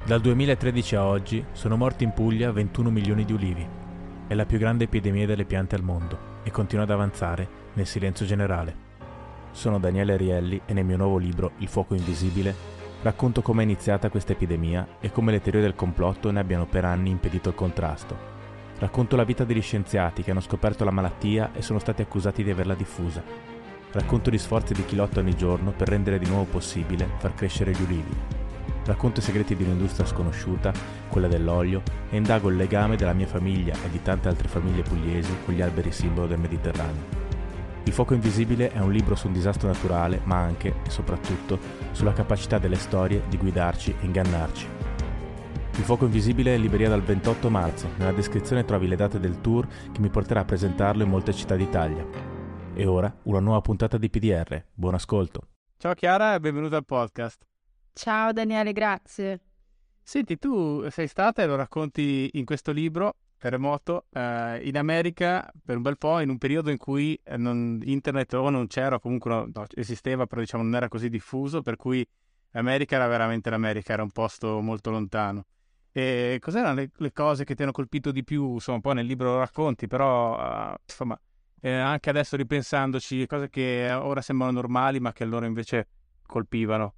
Dal 2013 a oggi sono morti in Puglia 21 milioni di ulivi. È la più grande epidemia delle piante al mondo e continua ad avanzare nel silenzio generale. Sono Daniele Rielli e nel mio nuovo libro Il fuoco invisibile racconto come è iniziata questa epidemia e come le teorie del complotto ne abbiano per anni impedito il contrasto. Racconto la vita degli scienziati che hanno scoperto la malattia e sono stati accusati di averla diffusa. Racconto gli sforzi di chi lotta ogni giorno per rendere di nuovo possibile far crescere gli ulivi. Racconto i segreti di un'industria sconosciuta, quella dell'olio, e indago il legame della mia famiglia e di tante altre famiglie pugliesi con gli alberi simbolo del Mediterraneo. Il fuoco invisibile è un libro su un disastro naturale, ma anche e soprattutto sulla capacità delle storie di guidarci e ingannarci. Il fuoco invisibile è in libreria dal 28 marzo. Nella descrizione trovi le date del tour che mi porterà a presentarlo in molte città d'Italia. E ora una nuova puntata di PDR. Buon ascolto. Ciao Chiara e benvenuta al podcast. Ciao Daniele, grazie. Senti, tu sei stata e lo racconti in questo libro, Terremoto, in America per un bel po', in un periodo in cui internet o non c'era, o comunque no, esisteva, però diciamo non era così diffuso, per cui l'America era veramente l'America, era un posto molto lontano. E cos'erano le cose che ti hanno colpito di più? Insomma, un po' nel libro lo racconti, però insomma, anche adesso ripensandoci, cose che ora sembrano normali ma che allora invece colpivano.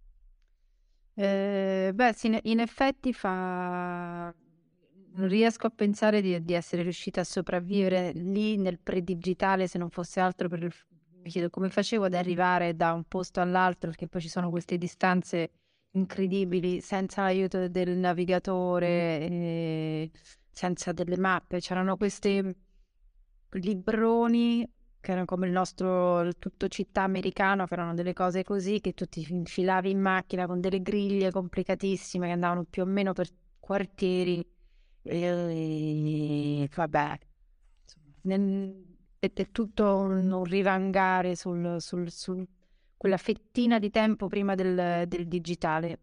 Sì, in effetti non riesco a pensare di essere riuscita a sopravvivere lì nel pre-digitale, se non fosse altro mi chiedo come facevo ad arrivare da un posto all'altro, perché poi ci sono queste distanze incredibili senza l'aiuto del navigatore, senza delle mappe. C'erano questi libroni che erano come il tutto città americano, che erano delle cose così, che tu ti infilavi in macchina con delle griglie complicatissime che andavano più o meno per quartieri, e vabbè, è tutto un rivangare su quella fettina di tempo prima del digitale.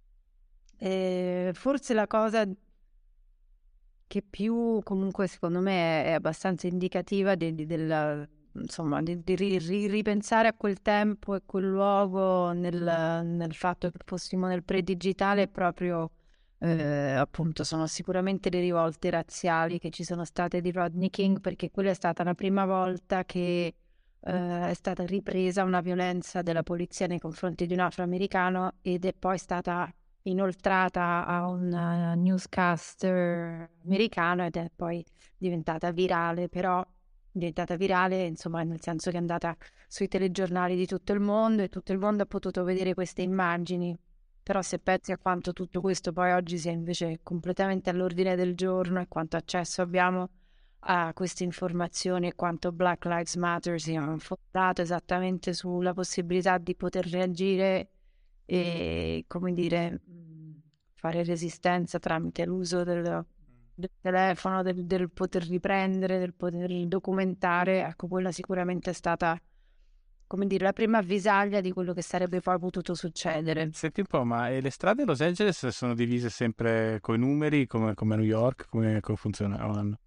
Forse la cosa che più comunque secondo me è abbastanza indicativa insomma, di ripensare a quel tempo e quel luogo nel fatto che fossimo nel pre-digitale è proprio appunto sono sicuramente le rivolte razziali che ci sono state di Rodney King, perché quella è stata la prima volta che è stata ripresa una violenza della polizia nei confronti di un afroamericano ed è poi stata inoltrata a un newscaster americano ed è poi diventata virale, insomma, nel senso che è andata sui telegiornali di tutto il mondo e tutto il mondo ha potuto vedere queste immagini. Però se pensi a quanto tutto questo poi oggi sia invece completamente all'ordine del giorno e quanto accesso abbiamo a queste informazioni e quanto Black Lives Matter sia fondato esattamente sulla possibilità di poter reagire e, come dire, fare resistenza tramite l'uso del telefono, del poter riprendere, del poter documentare, ecco, quella sicuramente è stata, come dire, la prima avvisaglia di quello che sarebbe poi potuto succedere. Senti un po', ma le strade a Los Angeles sono divise sempre coi numeri, come a New York? Come funzionavano?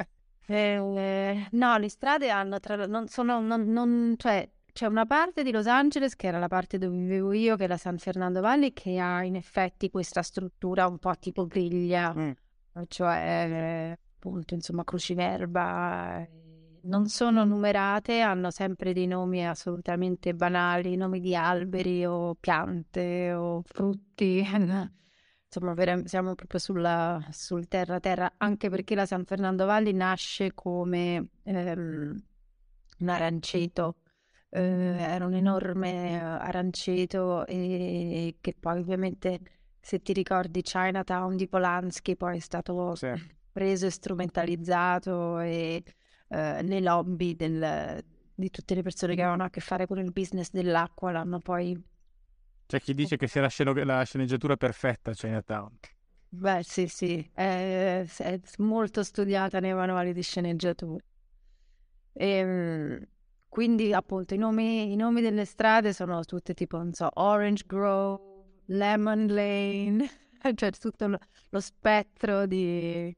No, le strade hanno cioè c'è una parte di Los Angeles che era la parte dove vivevo io, che è la San Fernando Valley, che ha in effetti questa struttura un po' tipo griglia, cioè appunto insomma cruciverba, non sono numerate, hanno sempre dei nomi assolutamente banali, nomi di alberi o piante o frutti. Insomma, siamo proprio sul terra-terra, anche perché la San Fernando Valley nasce come un aranceto, era un enorme aranceto e che poi ovviamente, se ti ricordi, Chinatown di Polanski poi è stato preso e strumentalizzato e le lobby di tutte le persone che avevano a che fare con il business dell'acqua l'hanno poi... C'è chi dice che sia la sceneggiatura perfetta a Chinatown. Beh, sì, è molto studiata nei manuali di sceneggiatura. Quindi appunto i nomi delle strade sono tutte tipo, non so, Orange Grove, Lemon Lane, cioè tutto lo spettro di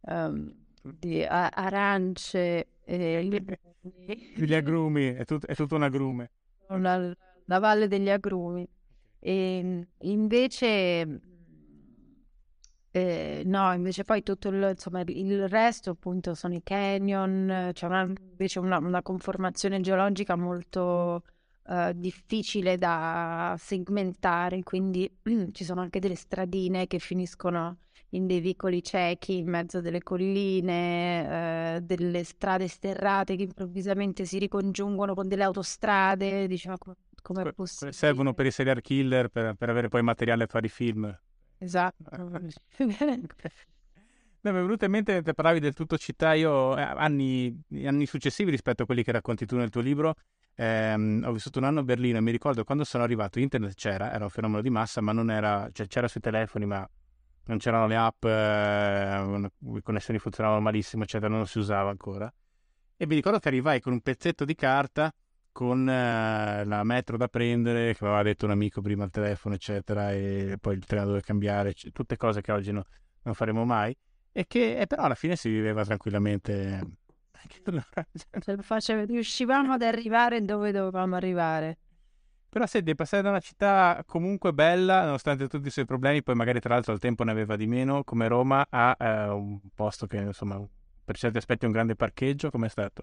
arance e Gli agrumi, è tutto un agrume. la valle degli agrumi. E invece No, invece poi tutto il resto appunto sono i canyon, c'è invece una conformazione geologica molto difficile da segmentare, quindi ci sono anche delle stradine che finiscono in dei vicoli ciechi in mezzo delle colline, delle strade sterrate che improvvisamente si ricongiungono con delle autostrade, diciamo, come è Servono possibile? per i serial killer per avere poi materiale a fare i film. Esatto. No, mi è venuto in mente mentre parlavi del tutto città, io anni successivi rispetto a quelli che racconti tu nel tuo libro, ho vissuto un anno a Berlino e mi ricordo quando sono arrivato, internet era un fenomeno di massa, ma non era, cioè c'era sui telefoni, ma non c'erano le app, le connessioni funzionavano malissimo, eccetera, non si usava ancora. E mi ricordo che arrivai con un pezzetto di carta con la metro da prendere, che mi aveva detto un amico prima al telefono, eccetera, e poi il treno dove cambiare, tutte cose che oggi non faremo mai, e che però alla fine si viveva tranquillamente. Riuscivamo ad arrivare dove dovevamo arrivare. Però senti, passare da una città comunque bella, nonostante tutti i suoi problemi, poi magari tra l'altro al tempo ne aveva di meno, come Roma, a un posto che insomma per certi aspetti è un grande parcheggio, com'è stato?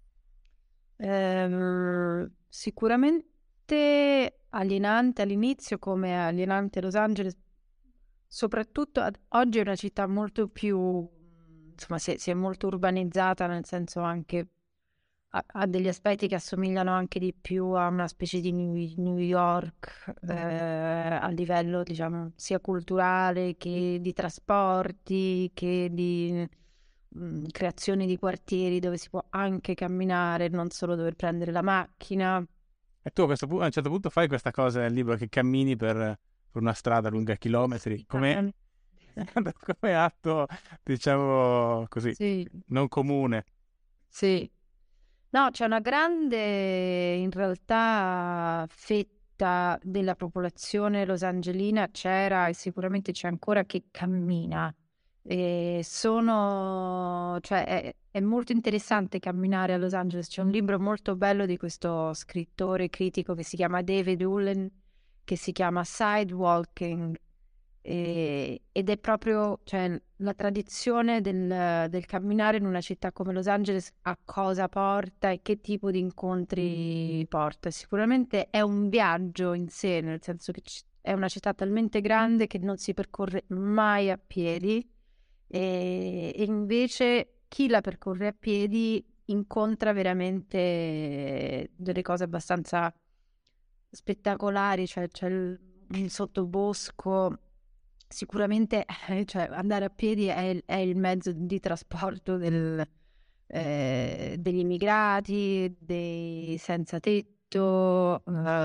Sicuramente alienante all'inizio, come alienante Los Angeles, soprattutto oggi è una città molto più, insomma, si è molto urbanizzata, nel senso anche ha degli aspetti che assomigliano anche di più a una specie di New York, a livello, diciamo, sia culturale che di trasporti, che di creazione di quartieri dove si può anche camminare, non solo dover prendere la macchina. E tu a un certo punto fai questa cosa nel libro che cammini per una strada lunga chilometri, come come atto, diciamo così, Sì, non comune. sì. No, c'è una grande, in realtà, fetta della popolazione losangelina, c'era e sicuramente c'è ancora, che cammina. E cioè, è molto interessante camminare a Los Angeles. C'è un libro molto bello di questo scrittore critico che si chiama David Ullen, che si chiama Sidewalking. Ed è proprio, cioè, la tradizione del camminare in una città come Los Angeles, a cosa porta e che tipo di incontri porta. Sicuramente è un viaggio in sé, nel senso che è una città talmente grande che non si percorre mai a piedi, e invece chi la percorre a piedi incontra veramente delle cose abbastanza spettacolari, cioè c'è il sottobosco. Sicuramente, cioè, andare a piedi è il mezzo di trasporto degli immigrati, dei senza tetto,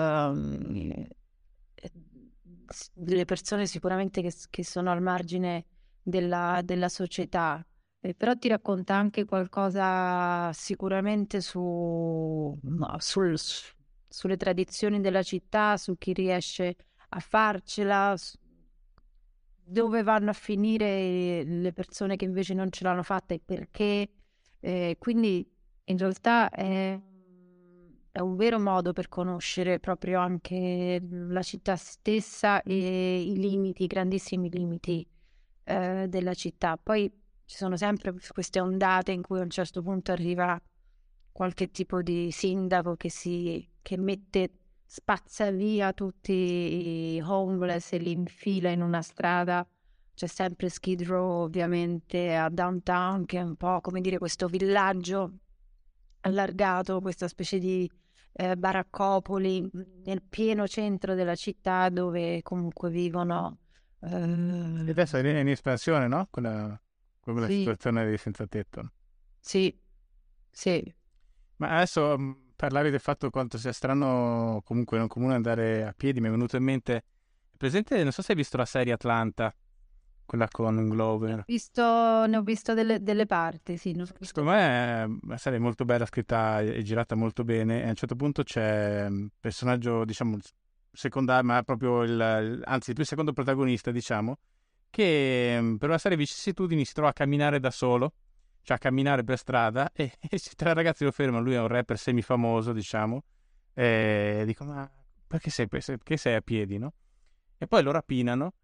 delle persone sicuramente che sono al margine della società. Però ti racconta anche qualcosa sicuramente no, sulle tradizioni della città, su chi riesce a farcela, dove vanno a finire le persone che invece non ce l'hanno fatta e perché. Quindi in realtà è un vero modo per conoscere proprio anche la città stessa e i limiti, i grandissimi limiti della città. Poi ci sono sempre queste ondate in cui a un certo punto arriva qualche tipo di sindaco che spazza via tutti i homeless e li infila in una strada. C'è sempre Skid Row, ovviamente, a Downtown, che è un po', come dire, questo villaggio allargato, questa specie di baraccopoli nel pieno centro della città, dove comunque vivono. E adesso è in espansione, no? Quella Sì, situazione dei senza tetto. sì, sì. Ma adesso parlavi del fatto quanto sia strano, comunque non comune andare a piedi, mi è venuto in mente, presente, non so se hai visto la serie Atlanta, quella con Glover. Ne ho visto delle parti, sì. Non ho visto. Secondo me è una serie molto bella, scritta e girata molto bene, e a un certo punto c'è un personaggio, diciamo, secondario, ma proprio anzi, il secondo protagonista, diciamo, che per una serie di vicissitudini si trova a camminare da solo, cioè a camminare per strada, e tre ragazzi lo fermano, lui è un rapper semifamoso, diciamo, e dico, ma perché sei a piedi, no? E poi lo rapinano,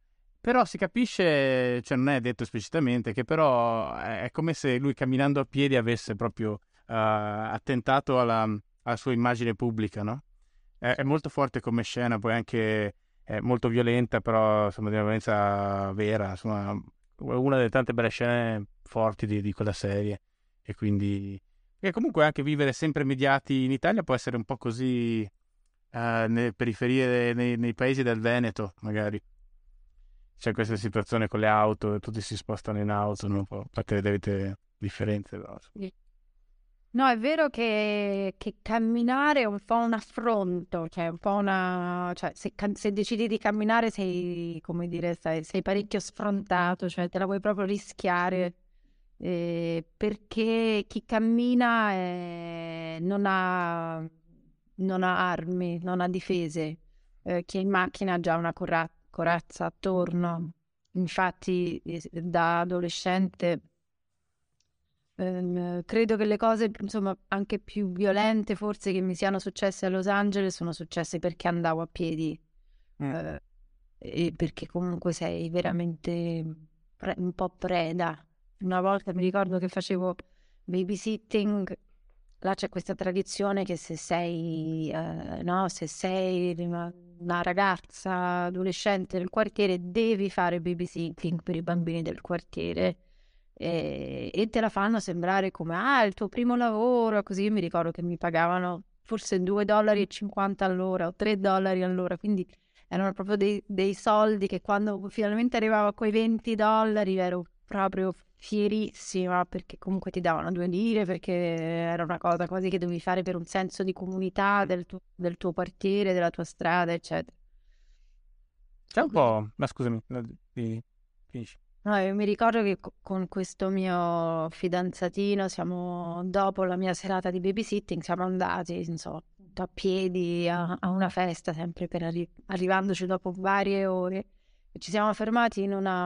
Però si capisce, cioè non è detto esplicitamente, che però è come se lui camminando a piedi avesse proprio attentato alla sua immagine pubblica, no? È molto forte come scena, poi anche è molto violenta, però insomma di una violenza vera, insomma una delle tante belle scene forti di quella serie. E quindi... Perché comunque anche vivere sempre mediati in Italia può essere un po' così nelle periferie, nei paesi del Veneto, magari. C'è questa situazione con le auto, tutti si spostano in auto, non può, fate le dovete differenze, però. No, è vero che camminare è un po' un affronto, cioè un po' una... cioè se decidi di camminare sei, come dire, sei parecchio sfrontato, cioè te la vuoi proprio rischiare, perché chi cammina non ha armi, non ha difese. Chi è in macchina ha già una corazza attorno. Infatti, da adolescente... credo che le cose, insomma, anche più violente forse che mi siano successe a Los Angeles sono successe perché andavo a piedi, e perché comunque sei veramente un po' preda. Una volta mi ricordo che facevo babysitting, là c'è questa tradizione che se sei, no, se sei una ragazza adolescente del quartiere devi fare babysitting per i bambini del quartiere. E te la fanno sembrare come il tuo primo lavoro, così. Io mi ricordo che mi pagavano forse $2,50 all'ora o $3 all'ora, quindi erano proprio dei soldi che quando finalmente arrivavo a quei $20 ero proprio fierissima, perché comunque ti davano 2 lire, perché era una cosa quasi che dovevi fare per un senso di comunità del tuo quartiere, della tua strada, eccetera. C'è un po'... Ma scusami, finisci. No, io mi ricordo che con questo mio fidanzatino dopo la mia serata di babysitting, siamo andati, non so, a piedi a una festa, sempre per arrivandoci dopo varie ore. E ci siamo fermati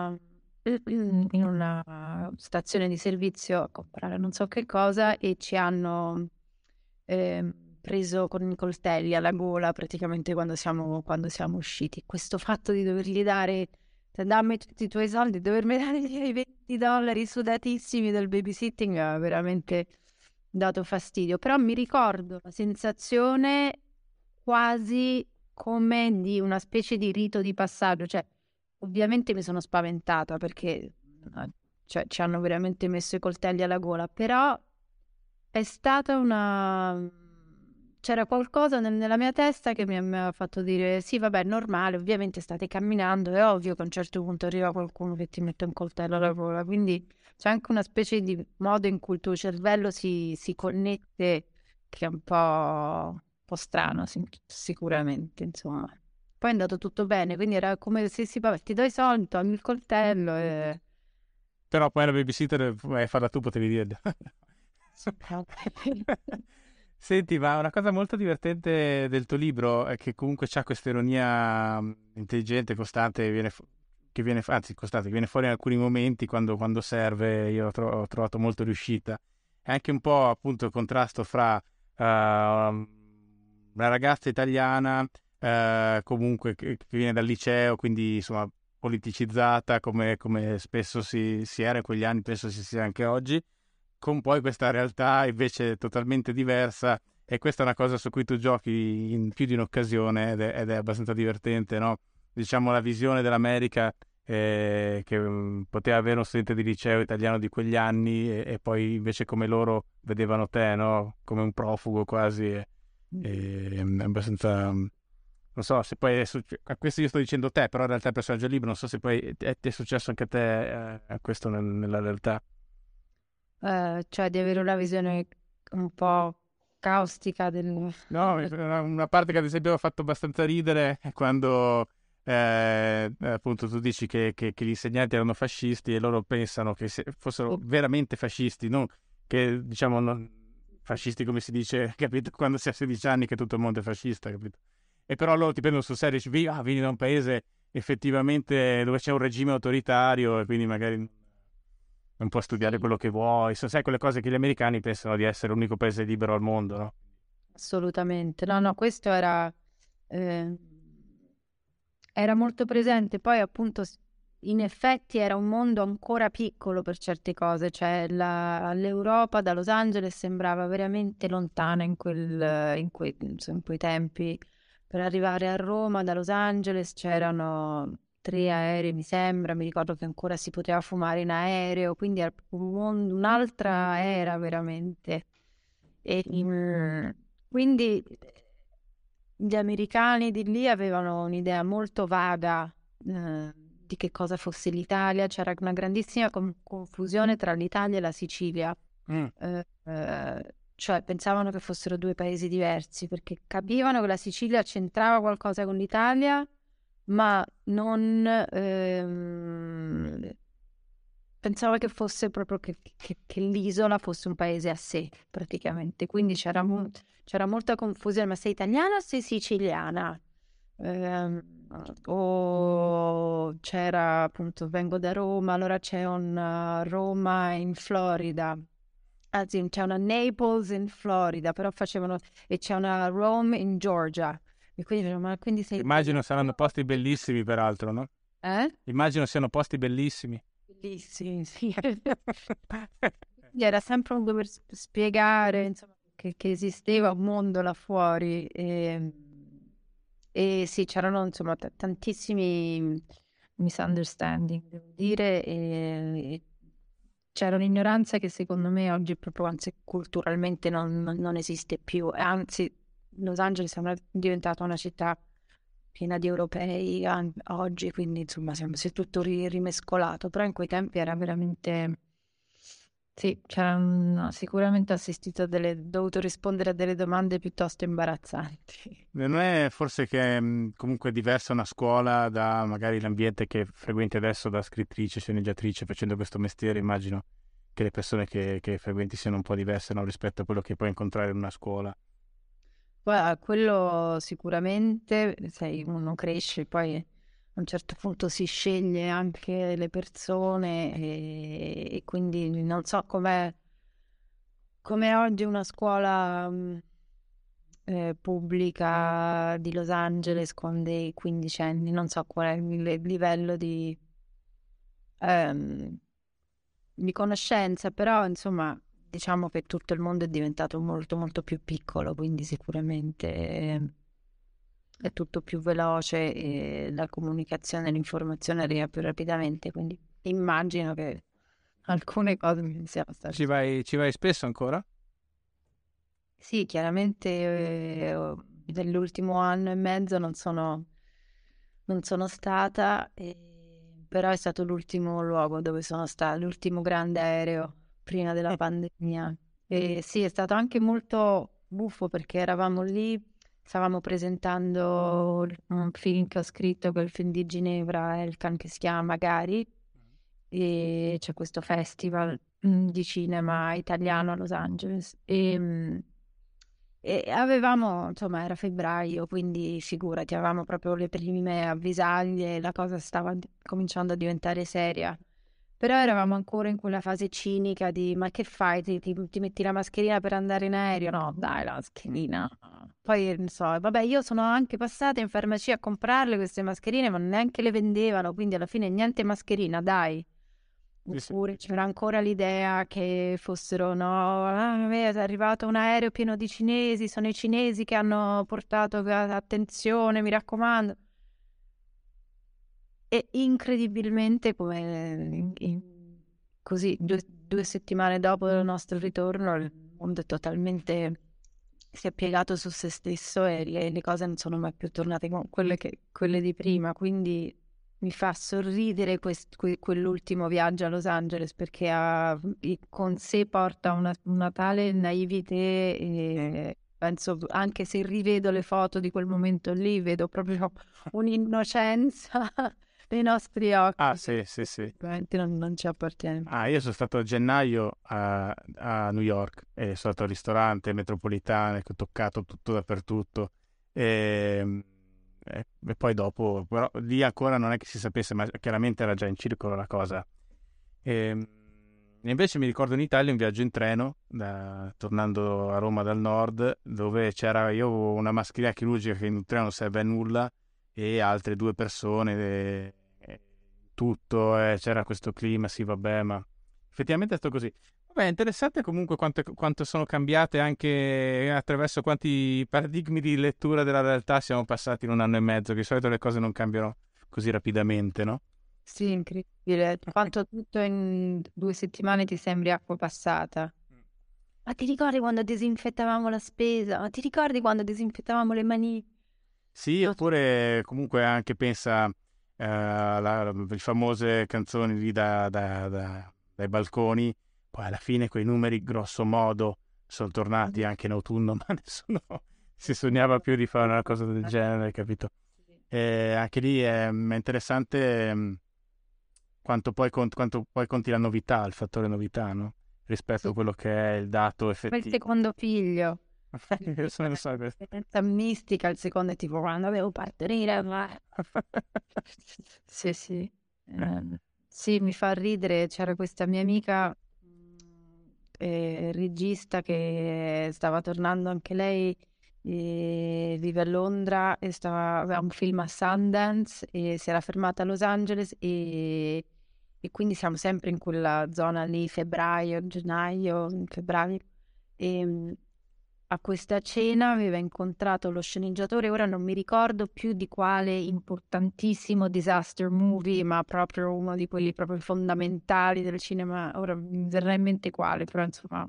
in una stazione di servizio a comprare non so che cosa e ci hanno preso con i coltelli alla gola praticamente quando siamo usciti. Questo fatto di dovergli dare... dammi tutti i tuoi soldi, dovermi dare i $20 sudatissimi del babysitting ha veramente dato fastidio. Però mi ricordo la sensazione quasi come di una specie di rito di passaggio. Cioè, ovviamente mi sono spaventata perché cioè, ci hanno veramente messo i coltelli alla gola, però è stata una... C'era qualcosa nella mia testa che mi aveva fatto dire sì, vabbè, è normale, ovviamente state camminando, è ovvio che a un certo punto arriva qualcuno che ti mette un coltello alla gola, quindi c'è anche una specie di modo in cui il tuo cervello si connette che è un po' strano, sicuramente, insomma. Poi è andato tutto bene, quindi era come se vabbè, ti do i soldi, togli il coltello e... Però poi la babysitter farla tu, potevi dire. Senti, ma una cosa molto divertente del tuo libro è che comunque c'ha questa ironia intelligente, costante, costante, che viene fuori in alcuni momenti quando serve. Io ho trovato molto riuscita. È anche un po' appunto il contrasto fra una ragazza italiana comunque che viene dal liceo, quindi insomma politicizzata come spesso si era in quegli anni, penso si sia anche oggi, con poi questa realtà invece totalmente diversa, e questa è una cosa su cui tu giochi in più di un'occasione ed è abbastanza divertente, no? Diciamo la visione dell'America che poteva avere un studente di liceo italiano di quegli anni e poi invece come loro vedevano te, no? Come un profugo quasi, è abbastanza... Non so se poi a questo io sto dicendo te, però in realtà è il personaggio del libro, non so se poi ti è successo anche a te questo nella realtà. cioè di avere una visione un po' caustica del... No, una parte che ad esempio ha fatto abbastanza ridere è quando appunto tu dici che gli insegnanti erano fascisti e loro pensano che fossero veramente fascisti, non che diciamo fascisti come si dice, capito? Quando si ha 16 anni che tutto il mondo è fascista, capito? E però loro ti prendono sul serio e dici, vieni da un paese effettivamente dove c'è un regime autoritario e quindi magari non puoi studiare quello che vuoi. Sai, quelle cose che gli americani pensano di essere l'unico paese libero al mondo, no? Assolutamente. No, questo era molto presente. Poi appunto in effetti era un mondo ancora piccolo per certe cose, cioè l'Europa da Los Angeles sembrava veramente lontana in quei tempi. Per arrivare a Roma da Los Angeles c'erano 3 aerei, mi sembra, mi ricordo che ancora si poteva fumare in aereo, quindi era un'altra era veramente. Quindi gli americani di lì avevano un'idea molto vaga di che cosa fosse l'Italia, c'era una grandissima confusione tra l'Italia e la Sicilia. Cioè pensavano che fossero due paesi diversi perché capivano che la Sicilia c'entrava qualcosa con l'Italia, ma non pensava che fosse proprio che l'isola fosse un paese a sé praticamente, quindi c'era molta confusione, ma sei italiana o sei siciliana? O c'era appunto, vengo da Roma, allora c'è un Roma in Florida, anzi c'è una Naples in Florida, però facevano, e c'è una Rome in Georgia, e quindi, ma quindi sei Immagino saranno posti bellissimi, peraltro, no? Immagino siano posti bellissimi. Bellissimi, sì. Quindi era sempre un dover spiegare, insomma, che esisteva un mondo là fuori e sì, c'erano insomma tantissimi misunderstanding, devo dire, e c'era un'ignoranza che secondo me oggi proprio, anzi culturalmente non esiste più, e anzi Los Angeles è diventata una città piena di europei oggi, quindi insomma si è tutto rimescolato, però in quei tempi era veramente... Sì, sicuramente ho dovuto rispondere a delle domande piuttosto imbarazzanti. Non è forse che comunque è diversa una scuola da magari l'ambiente che frequenti adesso da scrittrice, sceneggiatrice, facendo questo mestiere? Immagino che le persone che frequenti siano un po' diverse, no, rispetto a quello che puoi incontrare in una scuola. Guarda, quello sicuramente, sai, uno cresce, poi a un certo punto si sceglie anche le persone e quindi non so com'è oggi una scuola pubblica di Los Angeles con dei quindicenni, non so qual è il livello di conoscenza, però insomma diciamo che tutto il mondo è diventato molto molto più piccolo, quindi sicuramente è tutto più veloce e la comunicazione e l'informazione arriva più rapidamente, quindi immagino che alcune cose mi siano state... Ci vai spesso ancora? Sì, chiaramente nell'ultimo anno e mezzo non sono stata, però è stato l'ultimo luogo dove sono stata, l'ultimo grande aereo prima della pandemia. E sì, è stato anche molto buffo perché eravamo lì, stavamo presentando un film che ho scritto, quel film di Ginevra, Elkan, che si chiama Magari, e c'è questo festival di cinema italiano a Los Angeles. E avevamo, insomma, era febbraio, quindi figurati, avevamo proprio le prime avvisaglie, la cosa stava cominciando a diventare seria. Però eravamo ancora in quella fase cinica di ma che fai? Ti metti la mascherina per andare in aereo? No, dai, la mascherina. Poi, non so, vabbè, io sono anche passata in farmacia a comprarle queste mascherine, ma neanche le vendevano, quindi alla fine niente mascherina, dai. Oppure c'era ancora l'idea che fossero, no, è arrivato un aereo pieno di cinesi, sono i cinesi che hanno portato attenzione, mi raccomando. E incredibilmente, come così, due settimane dopo il nostro ritorno, il mondo è totalmente si è piegato su se stesso e le cose non sono mai più tornate come quelle di prima, quindi mi fa sorridere quell'ultimo viaggio a Los Angeles perché con sé porta una tale naivete e penso, anche se rivedo le foto di quel momento lì, vedo proprio un'innocenza nei nostri occhi. Ah, sì. Veramente non ci appartiene. Io sono stato a gennaio a New York e sono stato al ristorante metropolitano, ho toccato tutto dappertutto e poi dopo, però lì ancora non è che si sapesse, ma chiaramente era già in circolo la cosa. E invece mi ricordo in Italia un viaggio in treno, tornando a Roma dal nord, dove io avevo una mascherina chirurgica che in un treno non serve a nulla e altre 2 persone tutto, c'era questo clima, sì vabbè, ma effettivamente è stato così. Vabbè, è interessante comunque quanto sono cambiate anche attraverso quanti paradigmi di lettura della realtà siamo passati in 1 anno e mezzo, che di solito le cose non cambiano così rapidamente, no? Sì, incredibile. Quanto tutto in 2 settimane ti sembri acqua passata. Ma ti ricordi quando disinfettavamo la spesa? Ma ti ricordi quando disinfettavamo le mani? Sì, oppure comunque anche pensa le famose canzoni lì dai balconi, poi alla fine quei numeri grosso modo sono tornati anche in autunno, ma nessuno si sognava più di fare una cosa del genere, capito? Anche lì è interessante quanto poi conti la novità, il fattore novità, no? Rispetto a quello che è il dato Come il effettivo. secondo figlio. Io non so questo. L'esperienza mistica, il secondo è tipo quando avevo partorire. Sì, sì. Sì, mi fa ridere. C'era questa mia amica regista che stava tornando anche lei, vive a Londra e aveva un film a Sundance e si era fermata a Los Angeles e quindi siamo sempre in quella zona lì, febbraio. E a questa cena aveva incontrato lo sceneggiatore, ora non mi ricordo più di quale importantissimo disaster movie, ma proprio uno di quelli proprio fondamentali del cinema, ora mi verrà in mente quale, però insomma.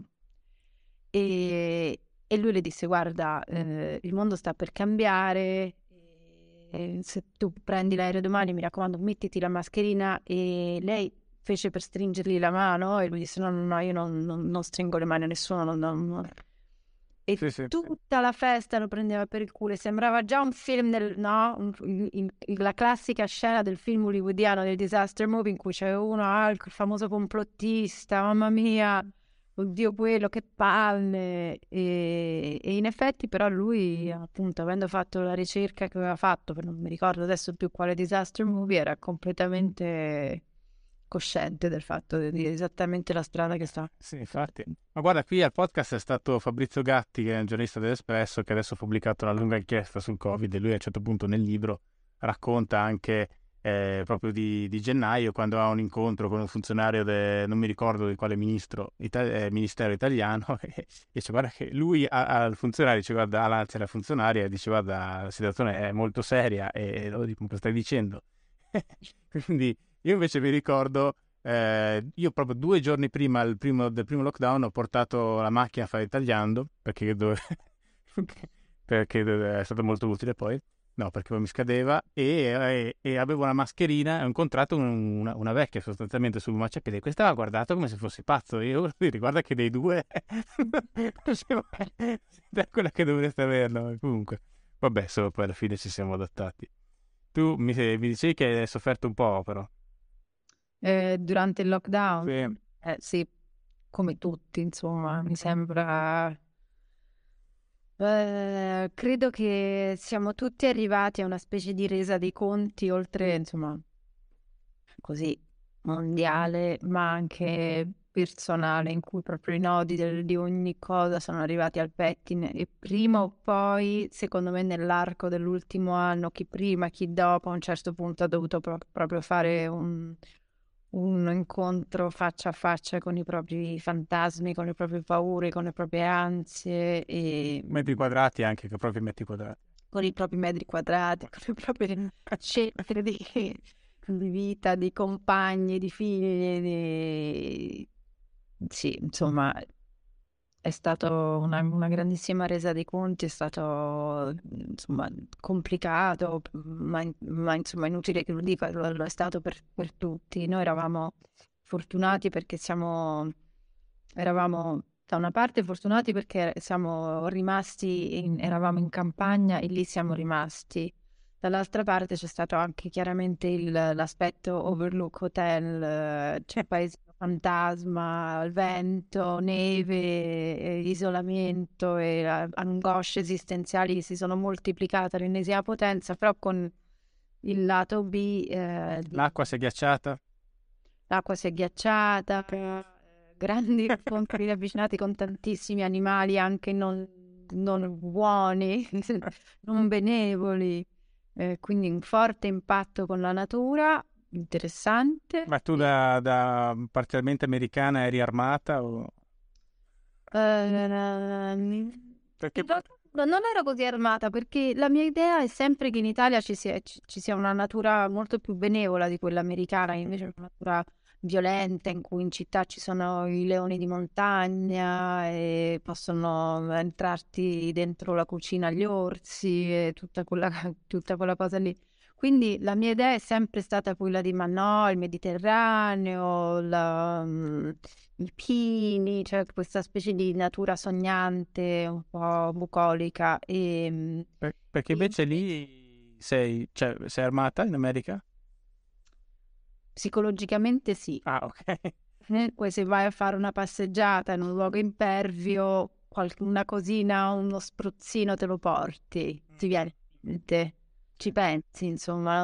E lui le disse, guarda, il mondo sta per cambiare, se tu prendi l'aereo domani, mi raccomando, mettiti la mascherina. E lei fece per stringergli la mano e lui disse, no, io non stringo le mani a nessuno, E Sì. tutta la festa lo prendeva per il culo e sembrava già un film la classica scena del film hollywoodiano del disaster movie in cui c'è uno, il famoso complottista, mamma mia, oddio quello, che palle. E in effetti però lui, appunto, avendo fatto la ricerca che aveva fatto, non mi ricordo adesso più quale disaster movie, era completamente cosciente del fatto di esattamente la strada che sta. Sì, infatti. Ma guarda, qui al podcast è stato Fabrizio Gatti, che è un giornalista dell'Espresso, che adesso ha pubblicato una lunga inchiesta sul Covid e lui a un certo punto nel libro racconta anche proprio di gennaio, quando ha un incontro con un funzionario, non mi ricordo di quale ministero italiano, e dice guarda che lui al funzionario dice guarda, anzi alla funzionaria dice guarda, la situazione è molto seria e lo dico, cosa stai dicendo? Quindi io invece mi ricordo, io proprio 2 giorni prima del primo lockdown ho portato la macchina a fare il tagliando, perché è stato molto utile poi, no, perché poi mi scadeva, e avevo una mascherina e ho incontrato una vecchia sostanzialmente sul marciapiede, questa aveva guardato come se fossi pazzo, e io guarda che dei due è quella che dovreste averlo, comunque. Vabbè, solo poi alla fine ci siamo adattati. Tu mi dicevi che hai sofferto un po', però. Durante il lockdown? Sì. Sì, come tutti, insomma, mi sembra. Credo che siamo tutti arrivati a una specie di resa dei conti, oltre, insomma, così mondiale, ma anche personale, in cui proprio i nodi di ogni cosa sono arrivati al pettine e prima o poi, secondo me, nell'arco dell'ultimo anno, chi prima, chi dopo, a un certo punto ha dovuto proprio fare un incontro faccia a faccia con i propri fantasmi, con le proprie paure, con le proprie ansie e Metri quadrati anche, che proprio metri quadrati. con i propri metri quadrati, con le proprie scelte di vita, di compagni, di figli, sì, insomma, è stato una grandissima resa dei conti, è stato insomma complicato, ma insomma inutile che lo dica, lo è stato per tutti. Noi eravamo fortunati perché eravamo da una parte fortunati perché siamo rimasti, eravamo in campagna e lì siamo rimasti. Dall'altra parte c'è stato anche chiaramente l'aspetto Overlook Hotel, c'è paesino fantasma, il vento, neve, isolamento e angosce esistenziali che si sono moltiplicate all'ennesima potenza, però con il lato B, L'acqua si è ghiacciata? l'acqua si è ghiacciata, grandi incontri ravvicinati con tantissimi animali anche non buoni, non benevoli. Quindi un forte impatto con la natura, interessante. Ma tu da parzialmente americana eri armata o... Perché... Non ero così armata perché la mia idea è sempre che in Italia ci sia una natura molto più benevola di quella americana, che invece è una natura violenta, in cui in città ci sono i leoni di montagna e possono entrarti dentro la cucina gli orsi e tutta quella cosa lì. Quindi la mia idea è sempre stata quella di, ma no, il Mediterraneo, i pini, cioè questa specie di natura sognante, un po' bucolica. Perché invece lì sei armata in America? Psicologicamente sì. Ah, ok. Poi se vai a fare una passeggiata in un luogo impervio, una cosina, uno spruzzino te lo porti, ti viene in mente, ci pensi, insomma,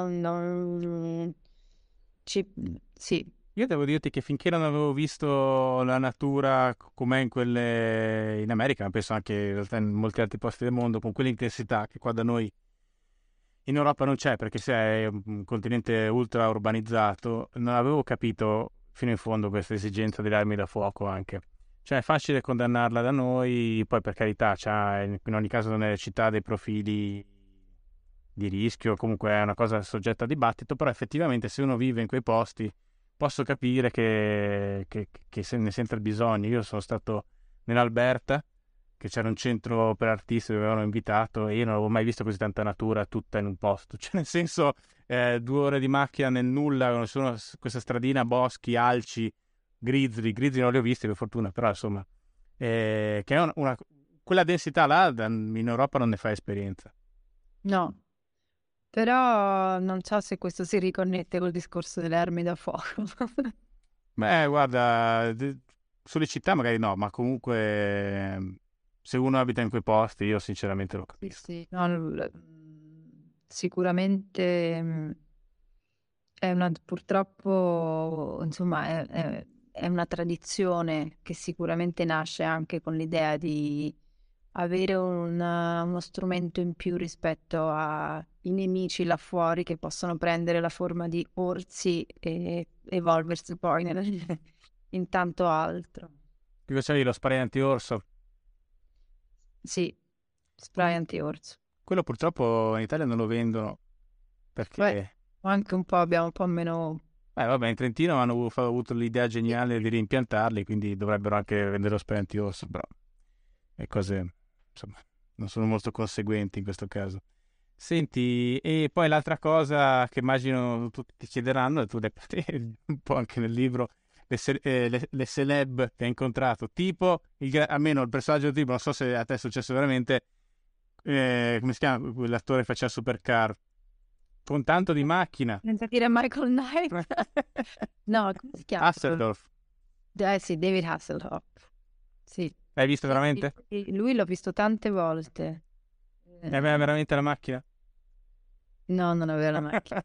sì. Io devo dirti che finché non avevo visto la natura com'è in America, ma penso anche in realtà in molti altri posti del mondo, con quell'intensità che qua da noi in Europa non c'è, perché se è un continente ultra urbanizzato, non avevo capito fino in fondo questa esigenza delle armi da fuoco anche. Cioè è facile condannarla da noi, poi per carità c'ha in ogni caso nelle città dei profili di rischio, comunque è una cosa soggetta a dibattito, però effettivamente se uno vive in quei posti posso capire che se ne sente il bisogno. Io sono stato nell'Alberta, che c'era un centro per artisti dove avevano invitato, e io non avevo mai visto così tanta natura tutta in un posto. Cioè, nel senso, 2 ore di macchina nel nulla, sono questa stradina, boschi, alci, grizzly non li ho visti per fortuna, però insomma, che è quella densità là in Europa non ne fa esperienza. No, però non so se questo si riconnette col discorso delle armi da fuoco. Beh, guarda, sulle città magari no, ma comunque se uno abita in quei posti, io sinceramente lo capisco. Sì, no, sicuramente purtroppo, insomma, è una tradizione che sicuramente nasce anche con l'idea di avere uno strumento in più rispetto ai nemici là fuori che possono prendere la forma di orsi e evolversi poi in tanto altro. Ti facevi lo spray anti-orso? Sì, spray anti-orso. Quello purtroppo in Italia non lo vendono perché... Anche un po', abbiamo un po' meno... vabbè, in Trentino hanno avuto l'idea geniale di rimpiantarli, quindi dovrebbero anche vendere lo spray anti-orso, però le cose, insomma, non sono molto conseguenti in questo caso. Senti, e poi l'altra cosa che immagino tutti ti chiederanno, e tu l'hai un po' anche nel libro, le celeb che hai incontrato, tipo, almeno il personaggio del libro, non so se a te è successo veramente, come si chiama quell'attore che faceva Supercar, con tanto di macchina. Senza dire Michael Knight. No, come si chiama? Hasselhoff. Sì, David Hasselhoff. Sì. L'hai visto veramente? Lui l'ho visto tante volte. Aveva veramente la macchina? No, non aveva la macchina.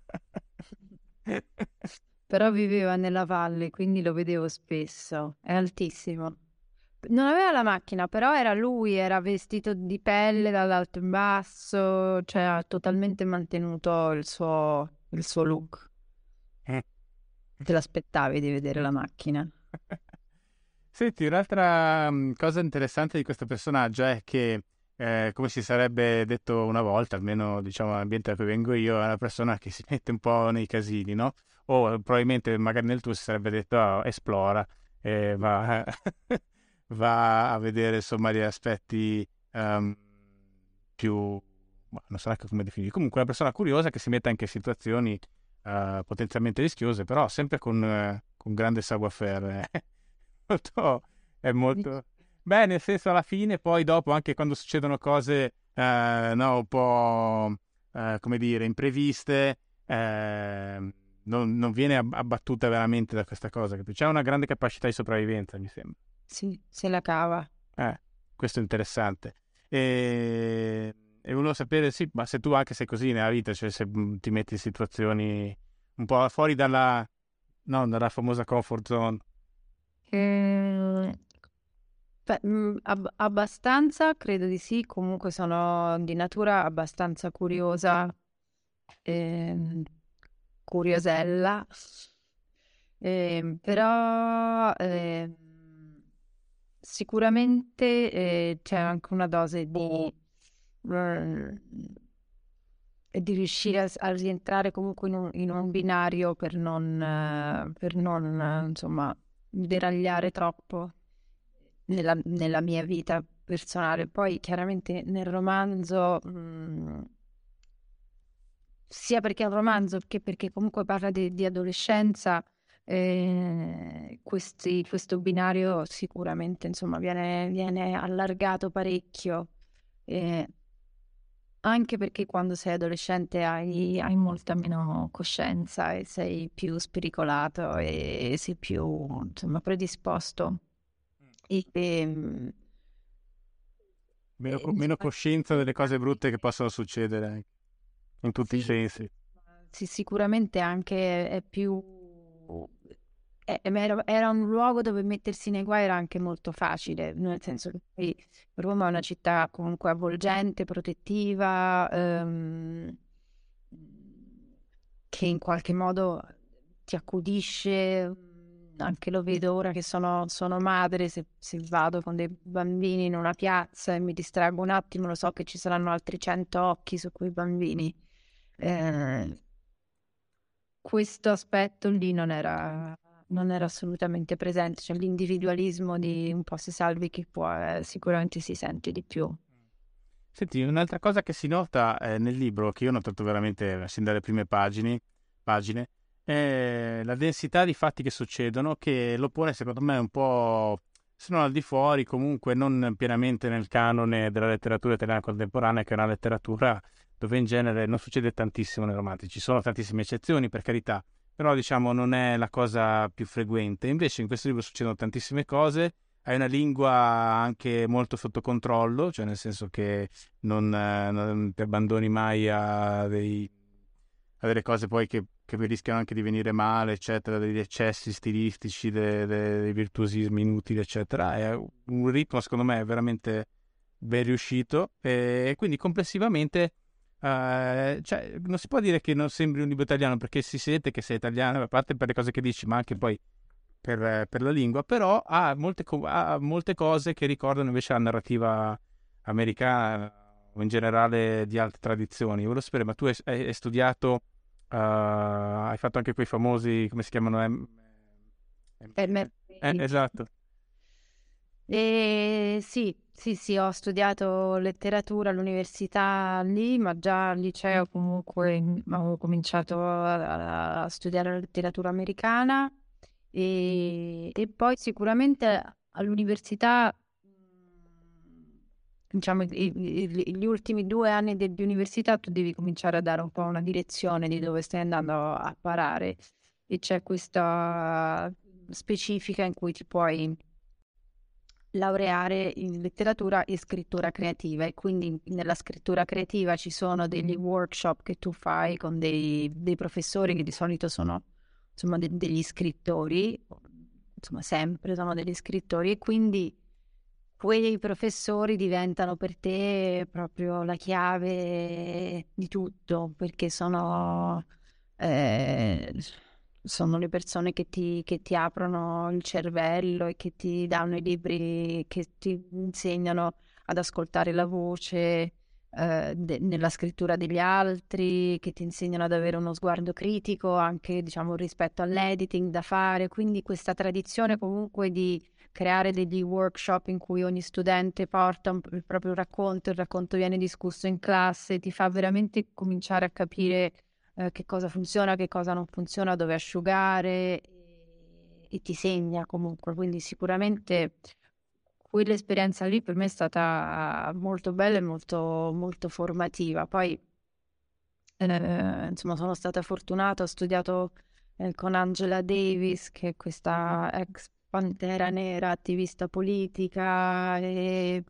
Però viveva nella valle, quindi lo vedevo spesso. È altissimo. Non aveva la macchina, però era lui, era vestito di pelle dall'alto in basso, cioè ha totalmente mantenuto il suo look. Te l'aspettavi di vedere la macchina? Senti, un'altra cosa interessante di questo personaggio è che, come si sarebbe detto una volta, almeno diciamo nell'ambiente da cui vengo io, è una persona che si mette un po' nei casini, no? O probabilmente magari nel tuo si sarebbe detto esplora, va, va a vedere insomma gli aspetti più, non so neanche come definire, comunque una persona curiosa che si mette anche in situazioni potenzialmente rischiose, però sempre con grande savoir-faire. È molto... Beh, nel senso alla fine, poi dopo, anche quando succedono cose no, un po' come dire, impreviste, non viene abbattuta veramente da questa cosa. C'è una grande capacità di sopravvivenza, mi sembra. Sì, se la cava. Questo è interessante. E volevo sapere, sì, ma se tu anche sei così nella vita, cioè se ti metti in situazioni un po' fuori dalla famosa comfort zone. Abbastanza, credo di sì. Comunque sono di natura abbastanza curiosa. curiosella, però sicuramente c'è anche una dose di riuscire a rientrare comunque in un binario per non insomma, deragliare troppo nella mia vita personale. Poi chiaramente nel romanzo, sia perché è un romanzo che perché comunque parla di adolescenza, questo binario sicuramente insomma viene allargato parecchio. eh, Anche perché quando sei adolescente hai molta meno coscienza e sei più spericolato e sei più, insomma, predisposto. E, Meno coscienza delle cose brutte che possono succedere in tutti i sì, sensi. sì, sicuramente anche è più... era un luogo dove mettersi nei guai era anche molto facile, nel senso che poi Roma è una città comunque avvolgente, protettiva, che in qualche modo ti accudisce. Anche lo vedo ora che sono madre, se vado con dei bambini in una piazza e mi distraggo un attimo, lo so che ci saranno altri 100 occhi su quei bambini. Questo aspetto lì non era assolutamente presente, cioè l'individualismo di un po' se salvi chi può, sicuramente si sente di più. Senti, un'altra cosa che si nota nel libro, che io ho notato veramente sin dalle prime pagine, è la densità di fatti che succedono, che lo pone secondo me un po', se non al di fuori, comunque non pienamente nel canone della letteratura italiana contemporanea, che è una letteratura dove in genere non succede tantissimo nei romanzi. Ci sono tantissime eccezioni, per carità, però diciamo non è la cosa più frequente. Invece in questo libro succedono tantissime cose, hai una lingua anche molto sotto controllo, cioè nel senso che non ti abbandoni mai a delle cose poi che rischiano anche di venire male, eccetera, degli eccessi stilistici, dei virtuosismi inutili, eccetera. È un ritmo, secondo me, veramente ben riuscito e quindi complessivamente cioè, non si può dire che non sembri un libro italiano perché si sente che sei italiano, a parte per le cose che dici, ma anche poi per la lingua, però ha molte cose che ricordano invece la narrativa americana o in generale di altre tradizioni. Volevo sapere, ma tu hai studiato, hai fatto anche quei famosi, come si chiamano? MFA. Esatto. Sì, sì, sì, ho studiato letteratura all'università lì, ma già al liceo comunque avevo cominciato a studiare la letteratura americana e poi sicuramente all'università, diciamo, gli ultimi 2 anni di università tu devi cominciare a dare un po' una direzione di dove stai andando a parare e c'è questa specifica in cui ti puoi laureare in letteratura e scrittura creativa e quindi nella scrittura creativa ci sono degli workshop che tu fai con dei professori che di solito sono insomma degli scrittori, insomma sempre sono degli scrittori e quindi quei professori diventano per te proprio la chiave di tutto perché eh, sono le persone che ti aprono il cervello e che ti danno i libri che ti insegnano ad ascoltare la voce nella scrittura degli altri, che ti insegnano ad avere uno sguardo critico anche, diciamo, rispetto all'editing da fare. Quindi questa tradizione comunque di creare degli workshop in cui ogni studente porta il proprio racconto, il racconto viene discusso in classe, ti fa veramente cominciare a capire che cosa funziona, che cosa non funziona, dove asciugare e ti segna comunque. Quindi sicuramente quell'esperienza lì per me è stata molto bella e molto formativa. Poi insomma sono stata fortunata, ho studiato con Angela Davis, che è questa ex Pantera Nera, attivista politica, e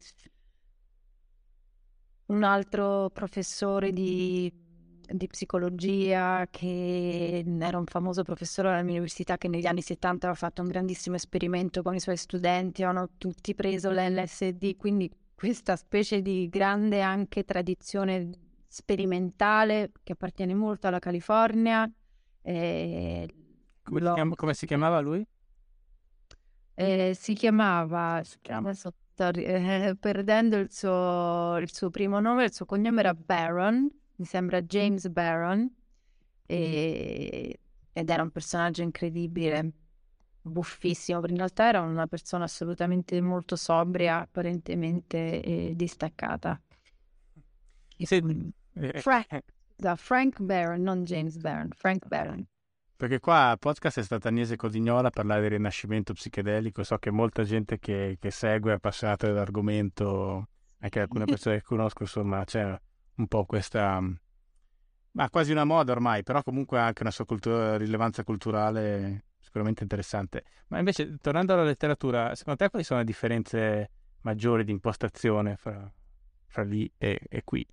un altro professore di psicologia che era un famoso professore alla mia università che negli anni 70 aveva fatto un grandissimo esperimento con i suoi studenti, hanno tutti preso l'LSD, quindi questa specie di grande anche tradizione sperimentale che appartiene molto alla California E Come si chiamava lui? si chiamava, chiama? adesso sto perdendo il suo primo nome, il suo cognome era Barron, mi sembra James Barron, ed era un personaggio incredibile, buffissimo, in realtà era una persona assolutamente molto sobria, apparentemente, e distaccata. Frank Barron, non James Barron, Frank Barron. Perché qua al podcast è stata Agnese Codignola a parlare del rinascimento psichedelico. So che molta gente che segue è appassionata dell'argomento, anche alcune persone che conosco, insomma, c'è un po' questa, ma quasi una moda ormai, però comunque ha anche una sua rilevanza culturale sicuramente interessante. Ma invece, tornando alla letteratura, secondo te quali sono le differenze maggiori di impostazione fra lì e qui?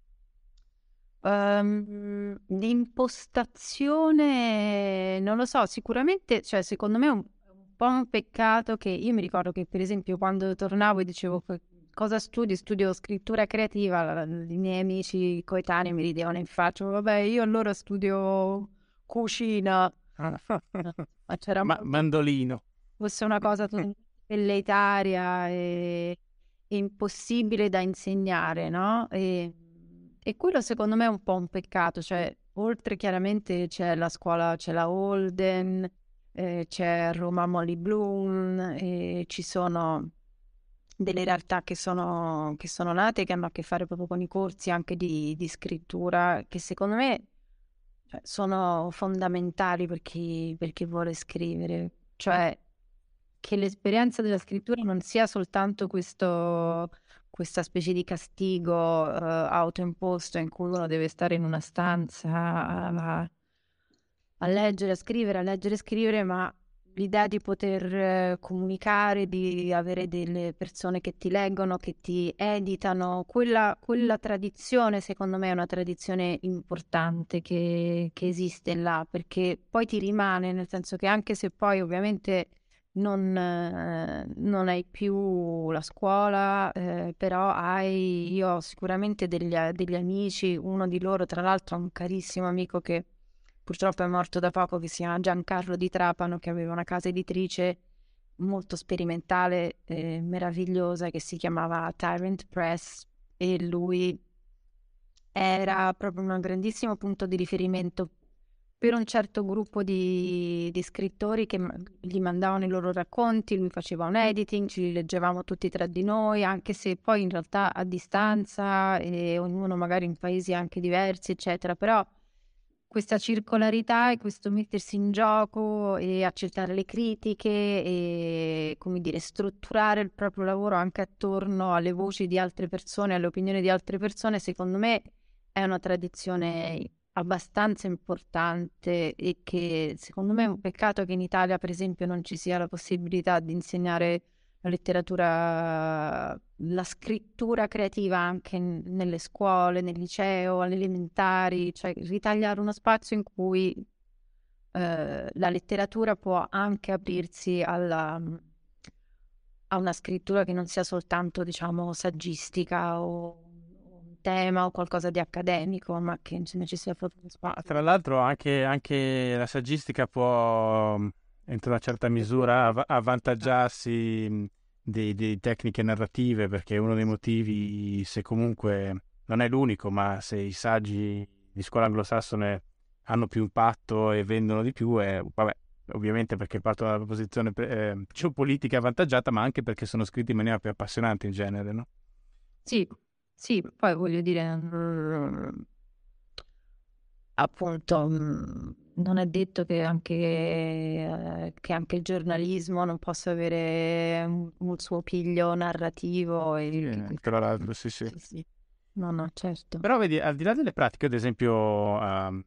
L'impostazione non lo so, sicuramente, cioè secondo me è un po' un peccato che io mi ricordo che per esempio quando tornavo e dicevo cosa studio scrittura creativa, i miei amici coetanei mi ridevano in faccia, vabbè io allora studio cucina, ma c'era Mandolino. fosse una cosa velleitaria e impossibile da insegnare, no? E quello secondo me è un po' un peccato, cioè oltre chiaramente c'è la scuola, c'è la Holden, c'è Roma Molly Bloom, e ci sono delle realtà che sono nate che hanno a che fare proprio con i corsi anche di scrittura, che secondo me sono fondamentali per chi vuole scrivere, cioè che l'esperienza della scrittura non sia soltanto questa specie di castigo autoimposto in cui uno deve stare in una stanza a leggere, a scrivere, ma l'idea di poter comunicare, di avere delle persone che ti leggono, che ti editano, quella tradizione secondo me è una tradizione importante che esiste là, perché poi ti rimane, nel senso che anche se poi ovviamente non hai più la scuola, però io ho sicuramente degli amici, uno di loro tra l'altro è un carissimo amico che purtroppo è morto da poco, che si chiama Giancarlo Di Trapano, che aveva una casa editrice molto sperimentale, meravigliosa, che si chiamava Tyrant Press, e lui era proprio un grandissimo punto di riferimento per un certo gruppo di scrittori che gli mandavano i loro racconti, lui faceva un editing, ci li leggevamo tutti tra di noi, anche se poi in realtà a distanza e ognuno magari in paesi anche diversi, eccetera, però questa circolarità e questo mettersi in gioco e accettare le critiche e, come dire, strutturare il proprio lavoro anche attorno alle voci di altre persone, alle opinioni di altre persone, secondo me è una tradizione abbastanza importante e che secondo me è un peccato che in Italia, per esempio, non ci sia la possibilità di insegnare la letteratura, la scrittura creativa anche nelle scuole, nel liceo, alle elementari, cioè ritagliare uno spazio in cui la letteratura può anche aprirsi a una scrittura che non sia soltanto, diciamo, saggistica o un tema o qualcosa di accademico, ma che ce ne ci sia proprio uno spazio. Tra l'altro anche la saggistica può, entro una certa misura, avvantaggiarsi di tecniche narrative, perché uno dei motivi, se comunque non è l'unico, ma se i saggi di scuola anglosassone hanno più impatto e vendono di più, vabbè, ovviamente perché partono dalla posizione geopolitica avvantaggiata, ma anche perché sono scritti in maniera più appassionante in genere, no? Sì, poi voglio dire, appunto, non è detto che anche il giornalismo non possa avere un suo piglio narrativo. Tra l'altro, sì. Sì. No, certo. Però vedi, al di là delle pratiche, ad esempio,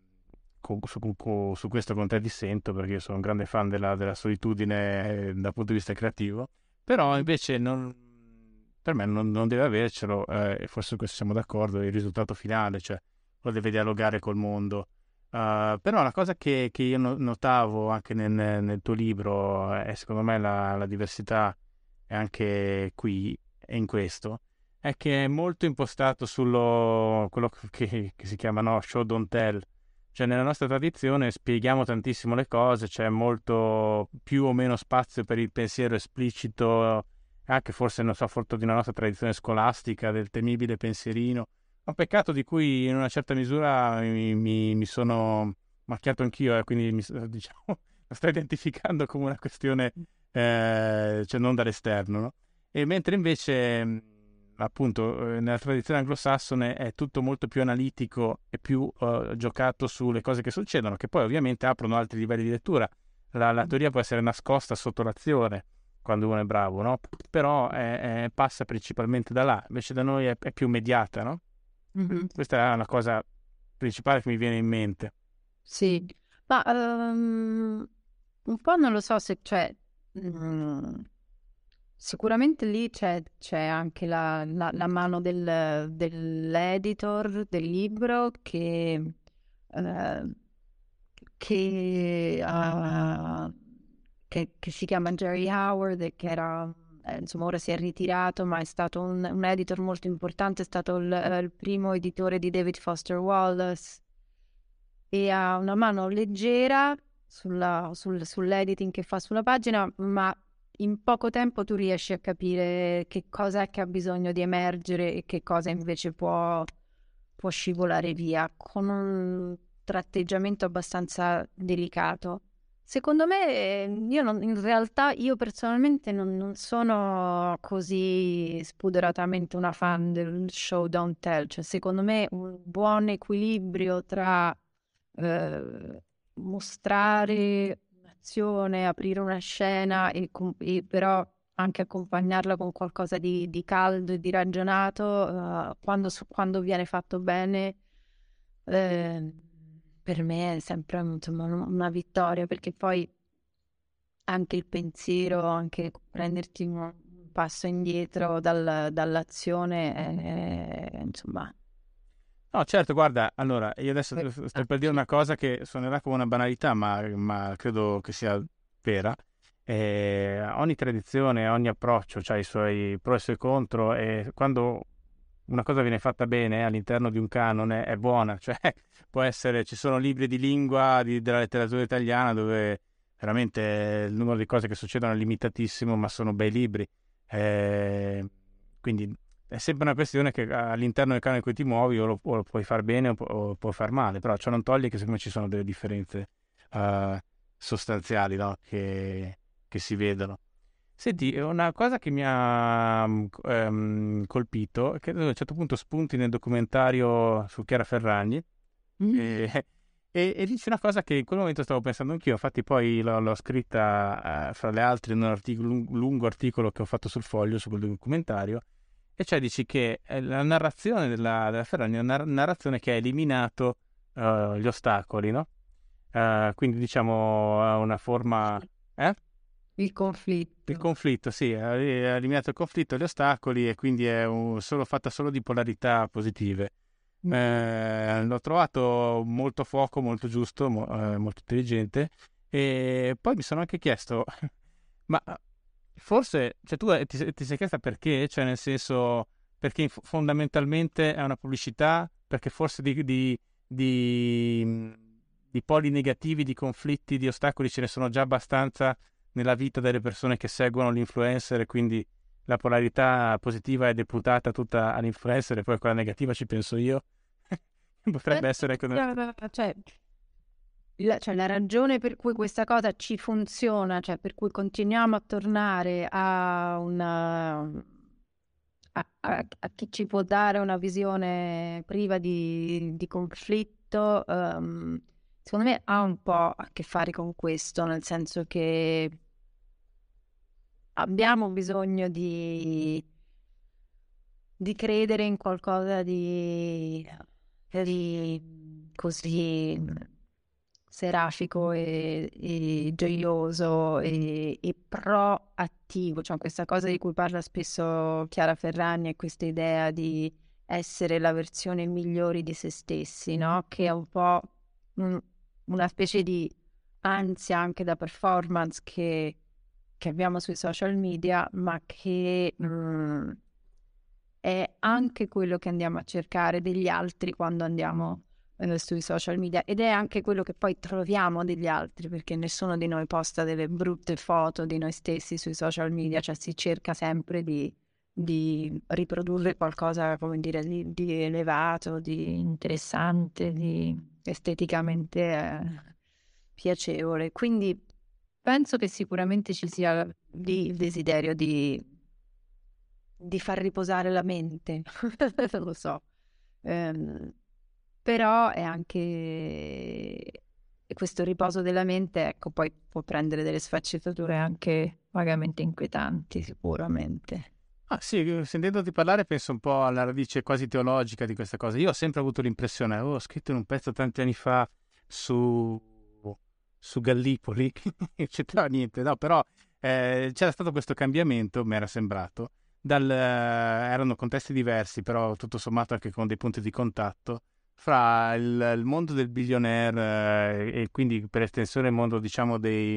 su questo con te dissento, perché io sono un grande fan della solitudine dal punto di vista creativo, però invece per me non deve avercelo, e forse su questo siamo d'accordo, il risultato finale, cioè lo deve dialogare col mondo. Però la cosa che io notavo anche nel tuo libro, è secondo me la diversità è anche qui e in questo, è che è molto impostato quello che si chiama, no, show don't tell, Cioè nella nostra tradizione spieghiamo tantissimo le cose, c'è molto più o meno spazio per il pensiero esplicito, anche forse, non so, frutto di una nostra tradizione scolastica, del temibile pensierino. Un peccato di cui in una certa misura mi sono macchiato anch'io, quindi diciamo, lo sto identificando come una questione, cioè non dall'esterno, no? E mentre invece, appunto, nella tradizione anglosassone è tutto molto più analitico e più giocato sulle cose che succedono, che poi ovviamente aprono altri livelli di lettura. La teoria può essere nascosta sotto l'azione quando uno è bravo, no? Però passa principalmente da là, invece da noi è più mediata, no? Mhm. Questa è una cosa principale che mi viene in mente. Sì, ma un po' non lo so se c'è, sicuramente lì c'è anche la mano dell'editor del libro eh, che si chiama Jerry Howard e che era, insomma, ora si è ritirato, ma è stato un editor molto importante, è stato il primo editore di David Foster Wallace e ha una mano leggera sull'editing che fa sulla pagina, ma in poco tempo tu riesci a capire che cosa è che ha bisogno di emergere e che cosa invece può scivolare via, con un tratteggiamento abbastanza delicato. Secondo me, in realtà, io personalmente non sono così spudoratamente una fan del show don't tell, cioè secondo me un buon equilibrio tra mostrare un'azione, aprire una scena e però anche accompagnarla con qualcosa di caldo e di ragionato, quando viene fatto bene, eh, per me è sempre insomma, una vittoria, perché poi anche il pensiero, anche prenderti un passo indietro dall'azione, insomma. No, certo, guarda, allora, io adesso sto per dire Sì. una cosa che suonerà come una banalità, ma credo che sia vera. Ogni tradizione, ogni approccio ha i suoi pro e i suoi contro, e quando una cosa viene fatta bene all'interno di un canone è buona, cioè può essere, ci sono libri di lingua della letteratura italiana dove veramente il numero di cose che succedono è limitatissimo, ma sono bei libri. Quindi è sempre una questione che all'interno del canone in cui ti muovi o lo puoi far bene o puoi far male, però ciò non toglie che secondo me ci sono delle differenze sostanziali, no? Che si vedono. Senti, una cosa che mi ha colpito è che a un certo punto spunti nel documentario su Chiara Ferragni e, e dice una cosa che in quel momento stavo pensando anch'io, infatti poi l'ho scritta fra le altre in un lungo articolo che ho fatto sul Foglio su quel documentario, e cioè dici che la narrazione della Ferragni è una narrazione che ha eliminato gli ostacoli, no? Quindi diciamo ha una forma... Il conflitto. Il conflitto, sì, ha eliminato il conflitto, gli ostacoli, e quindi è fatta solo di polarità positive. L'ho trovato molto fuoco, molto giusto, molto intelligente, e poi mi sono anche chiesto, ma forse, cioè tu ti sei chiesta perché? Cioè nel senso, perché fondamentalmente è una pubblicità, perché forse di poli negativi, di conflitti, di ostacoli ce ne sono già abbastanza nella vita delle persone che seguono l'influencer, e quindi la polarità positiva è deputata tutta all'influencer e poi quella negativa ci penso io. Potrebbe essere... Cioè, la ragione per cui questa cosa ci funziona, cioè per cui continuiamo a tornare a chi ci può dare una visione priva di conflitto, secondo me ha un po' a che fare con questo, nel senso che abbiamo bisogno di credere in qualcosa di così serafico e gioioso e proattivo, cioè questa cosa di cui parla spesso Chiara Ferragni è questa idea di essere la versione migliore di se stessi, no? Che è un po' una specie di ansia anche da performance che abbiamo sui social media, ma che è anche quello che andiamo a cercare degli altri quando andiamo sui social media, ed è anche quello che poi troviamo degli altri, perché nessuno di noi posta delle brutte foto di noi stessi sui social media, cioè si cerca sempre di riprodurre qualcosa, come dire, di elevato, di interessante, di esteticamente piacevole. Quindi penso che sicuramente ci sia lì il desiderio di far riposare la mente, non lo so. Però è anche questo riposo della mente, ecco, poi può prendere delle sfaccettature anche vagamente inquietanti, sicuramente. Ah sì, sentendoti parlare penso un po' alla radice quasi teologica di questa cosa. Io ho sempre avuto l'impressione, avevo scritto in un pezzo tanti anni fa su Gallipoli, non c'entrava niente, no, però c'era stato questo cambiamento, mi era sembrato, erano contesti diversi, però tutto sommato anche con dei punti di contatto, fra il mondo del billionaire e quindi per estensione il mondo, diciamo,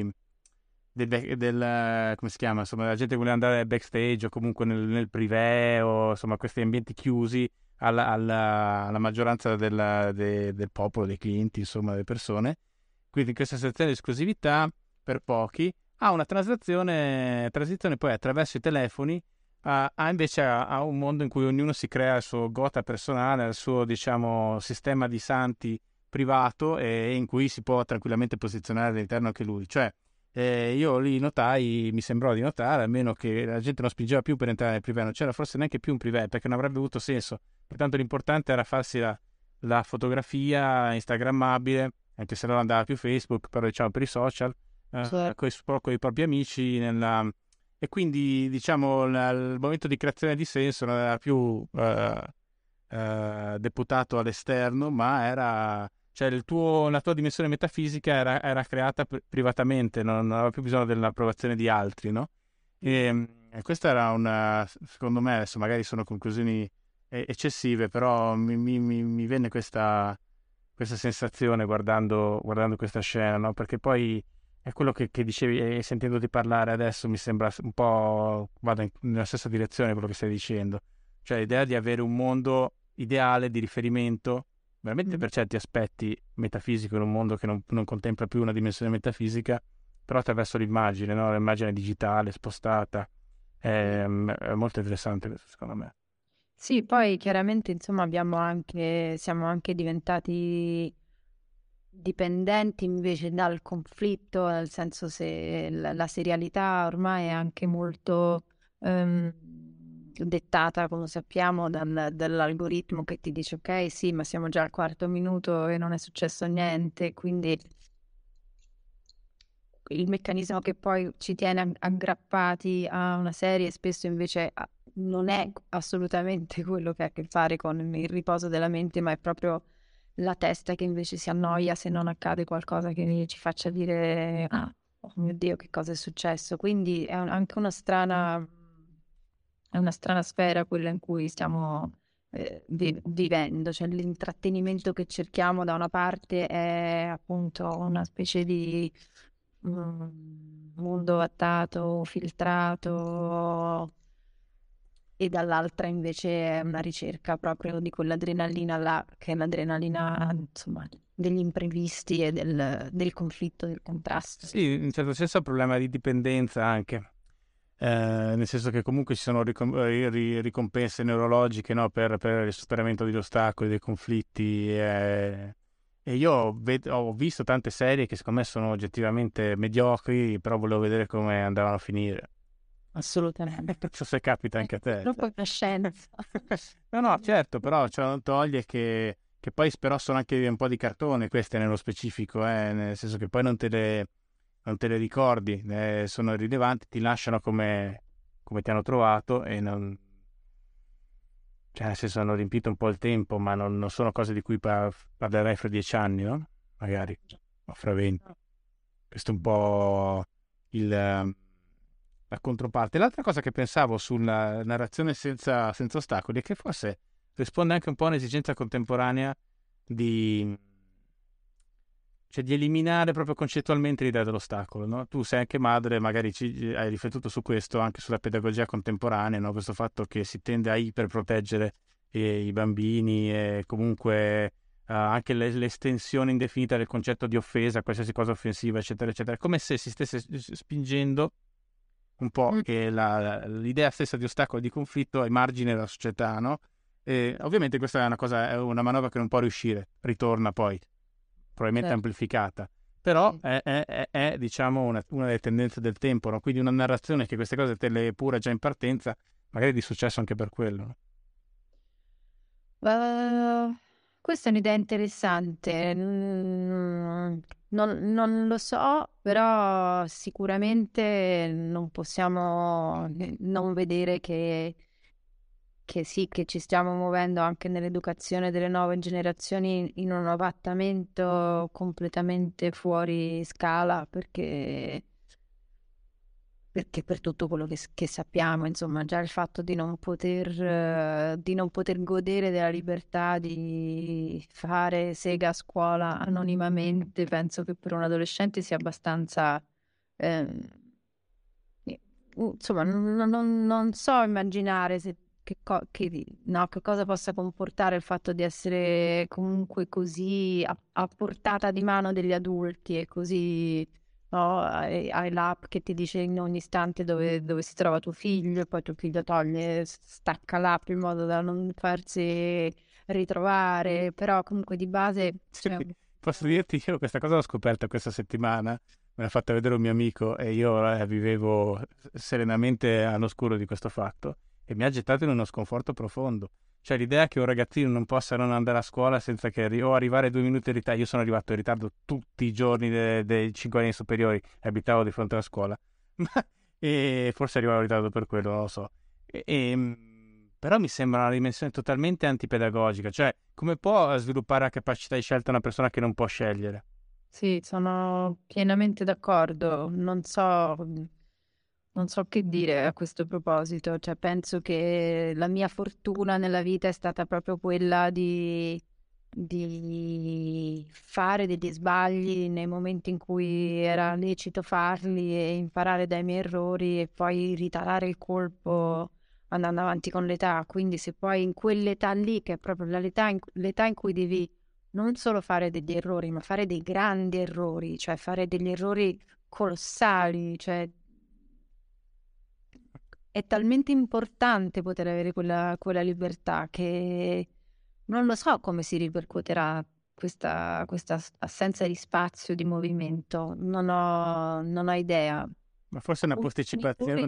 come si chiama, insomma, la gente che vuole andare backstage o comunque nel privé o insomma questi ambienti chiusi alla maggioranza del popolo, dei clienti, insomma, delle persone. Quindi in questa situazione di esclusività per pochi ha una transizione poi attraverso i telefoni invece a un mondo in cui ognuno si crea il suo gotha personale, il suo, diciamo, sistema di santi privato, e in cui si può tranquillamente posizionare all'interno anche lui. Cioè, io lì mi sembrò di notare, almeno, che la gente non spingeva più per entrare nel privé, non c'era forse neanche più un privé, perché non avrebbe avuto senso. Pertanto l'importante era farsi la fotografia instagrammabile, anche se non andava più Facebook, però diciamo per i social, con i propri amici, e quindi diciamo il momento di creazione di senso non era più deputato all'esterno, ma era, cioè la tua dimensione metafisica era creata privatamente, non aveva più bisogno dell'approvazione di altri, no? E questa era secondo me, adesso magari sono conclusioni eccessive, però mi venne questa sensazione guardando questa scena, no? Perché poi è quello che dicevi, e sentendoti parlare adesso mi sembra un po' vada nella stessa direzione quello che stai dicendo, cioè l'idea di avere un mondo ideale di riferimento, veramente per certi aspetti metafisico, in un mondo che non contempla più una dimensione metafisica, però attraverso l'immagine, no? L'immagine digitale spostata, è molto interessante questo, secondo me. Sì, poi chiaramente insomma siamo anche diventati dipendenti invece dal conflitto, nel senso, se la serialità ormai è anche molto dettata, come sappiamo, dall'algoritmo che ti dice ok, sì, ma siamo già al quarto minuto e non è successo niente, quindi il meccanismo che poi ci tiene aggrappati a una serie spesso invece non è assolutamente quello che ha a che fare con il riposo della mente, ma è proprio la testa che invece si annoia se non accade qualcosa che ci faccia dire oh mio Dio, che cosa è successo. Quindi è anche una strana sfera quella in cui stiamo vivendo, cioè l'intrattenimento che cerchiamo da una parte è appunto una specie di mondo adattato, filtrato, e dall'altra invece è una ricerca proprio di quell'adrenalina là, che è l'adrenalina, insomma, degli imprevisti e del conflitto, del contrasto. Sì, in certo senso è un problema di dipendenza anche, nel senso che comunque ci sono ricompense neurologiche, no, per il superamento degli ostacoli, dei conflitti, e io ho visto tante serie che secondo me sono oggettivamente mediocri, però volevo vedere come andavano a finire. Assolutamente. Non so se capita anche a te. Troppo coscienza. No, certo, però ciò non toglie che poi però sono anche un po' di cartone queste nello specifico, nel senso che poi non te le ricordi, sono irrilevanti, ti lasciano come ti hanno trovato, e non, cioè nel senso, hanno riempito un po' il tempo, ma non sono cose di cui parlerai fra 10 anni, no? Magari, o fra 20. Questo è un po' la controparte. L'altra cosa che pensavo sulla narrazione senza ostacoli è che forse risponde anche un po' a un'esigenza contemporanea di eliminare proprio concettualmente l'idea dell'ostacolo, no? Tu sei anche madre, magari hai riflettuto su questo, anche sulla pedagogia contemporanea, no? Questo fatto che si tende a iperproteggere i bambini, e comunque anche l'estensione indefinita del concetto di offesa, qualsiasi cosa offensiva, eccetera, eccetera. Come se si stesse spingendo un po' che l'idea stessa di ostacolo di conflitto è margine della società, no? E ovviamente questa è una manovra che non può riuscire, ritorna poi, probabilmente Certo. amplificata. Però è, diciamo, una delle tendenze del tempo, no? Quindi una narrazione che queste cose te le pura già in partenza, magari di successo anche per quello, no? Questa è un'idea interessante. Non lo so, però sicuramente non possiamo non vedere che sì, che ci stiamo muovendo anche nell'educazione delle nuove generazioni in un adattamento completamente fuori scala, perché per tutto quello che sappiamo, insomma, già il fatto di non poter godere della libertà di fare sega a scuola anonimamente, penso che per un adolescente sia abbastanza... ehm, insomma, non so immaginare che cosa possa comportare il fatto di essere comunque così a portata di mano degli adulti e così, no, hai l'app che ti dice in ogni istante dove si trova tuo figlio e poi tuo figlio stacca l'app in modo da non farsi ritrovare, però comunque di base c'è Sì, posso dirti, io questa cosa l'ho scoperta questa settimana, me l'ha fatta vedere un mio amico e io vivevo serenamente all'oscuro di questo fatto e mi ha gettato in uno sconforto profondo. Cioè l'idea che un ragazzino non possa non andare a scuola senza che o arrivare 2 minuti in ritardo. Io sono arrivato in ritardo tutti i giorni dei 5 anni superiori e abitavo di fronte alla scuola. E forse arrivavo in ritardo per quello, non lo so. Però mi sembra una dimensione totalmente antipedagogica. Cioè, come può sviluppare la capacità di scelta una persona che non può scegliere? Sì, sono pienamente d'accordo. Non so che dire a questo proposito. Cioè, penso che la mia fortuna nella vita è stata proprio quella di fare degli sbagli nei momenti in cui era lecito farli e imparare dai miei errori e poi ritarare il colpo andando avanti con l'età. Quindi se poi in quell'età lì, che è proprio l'età in cui devi non solo fare degli errori, ma fare dei grandi errori, cioè fare degli errori colossali, cioè è talmente importante poter avere quella libertà che non lo so come si ripercuoterà questa assenza di spazio, di movimento, non ho idea. Ma forse è una Eppure posticipazione.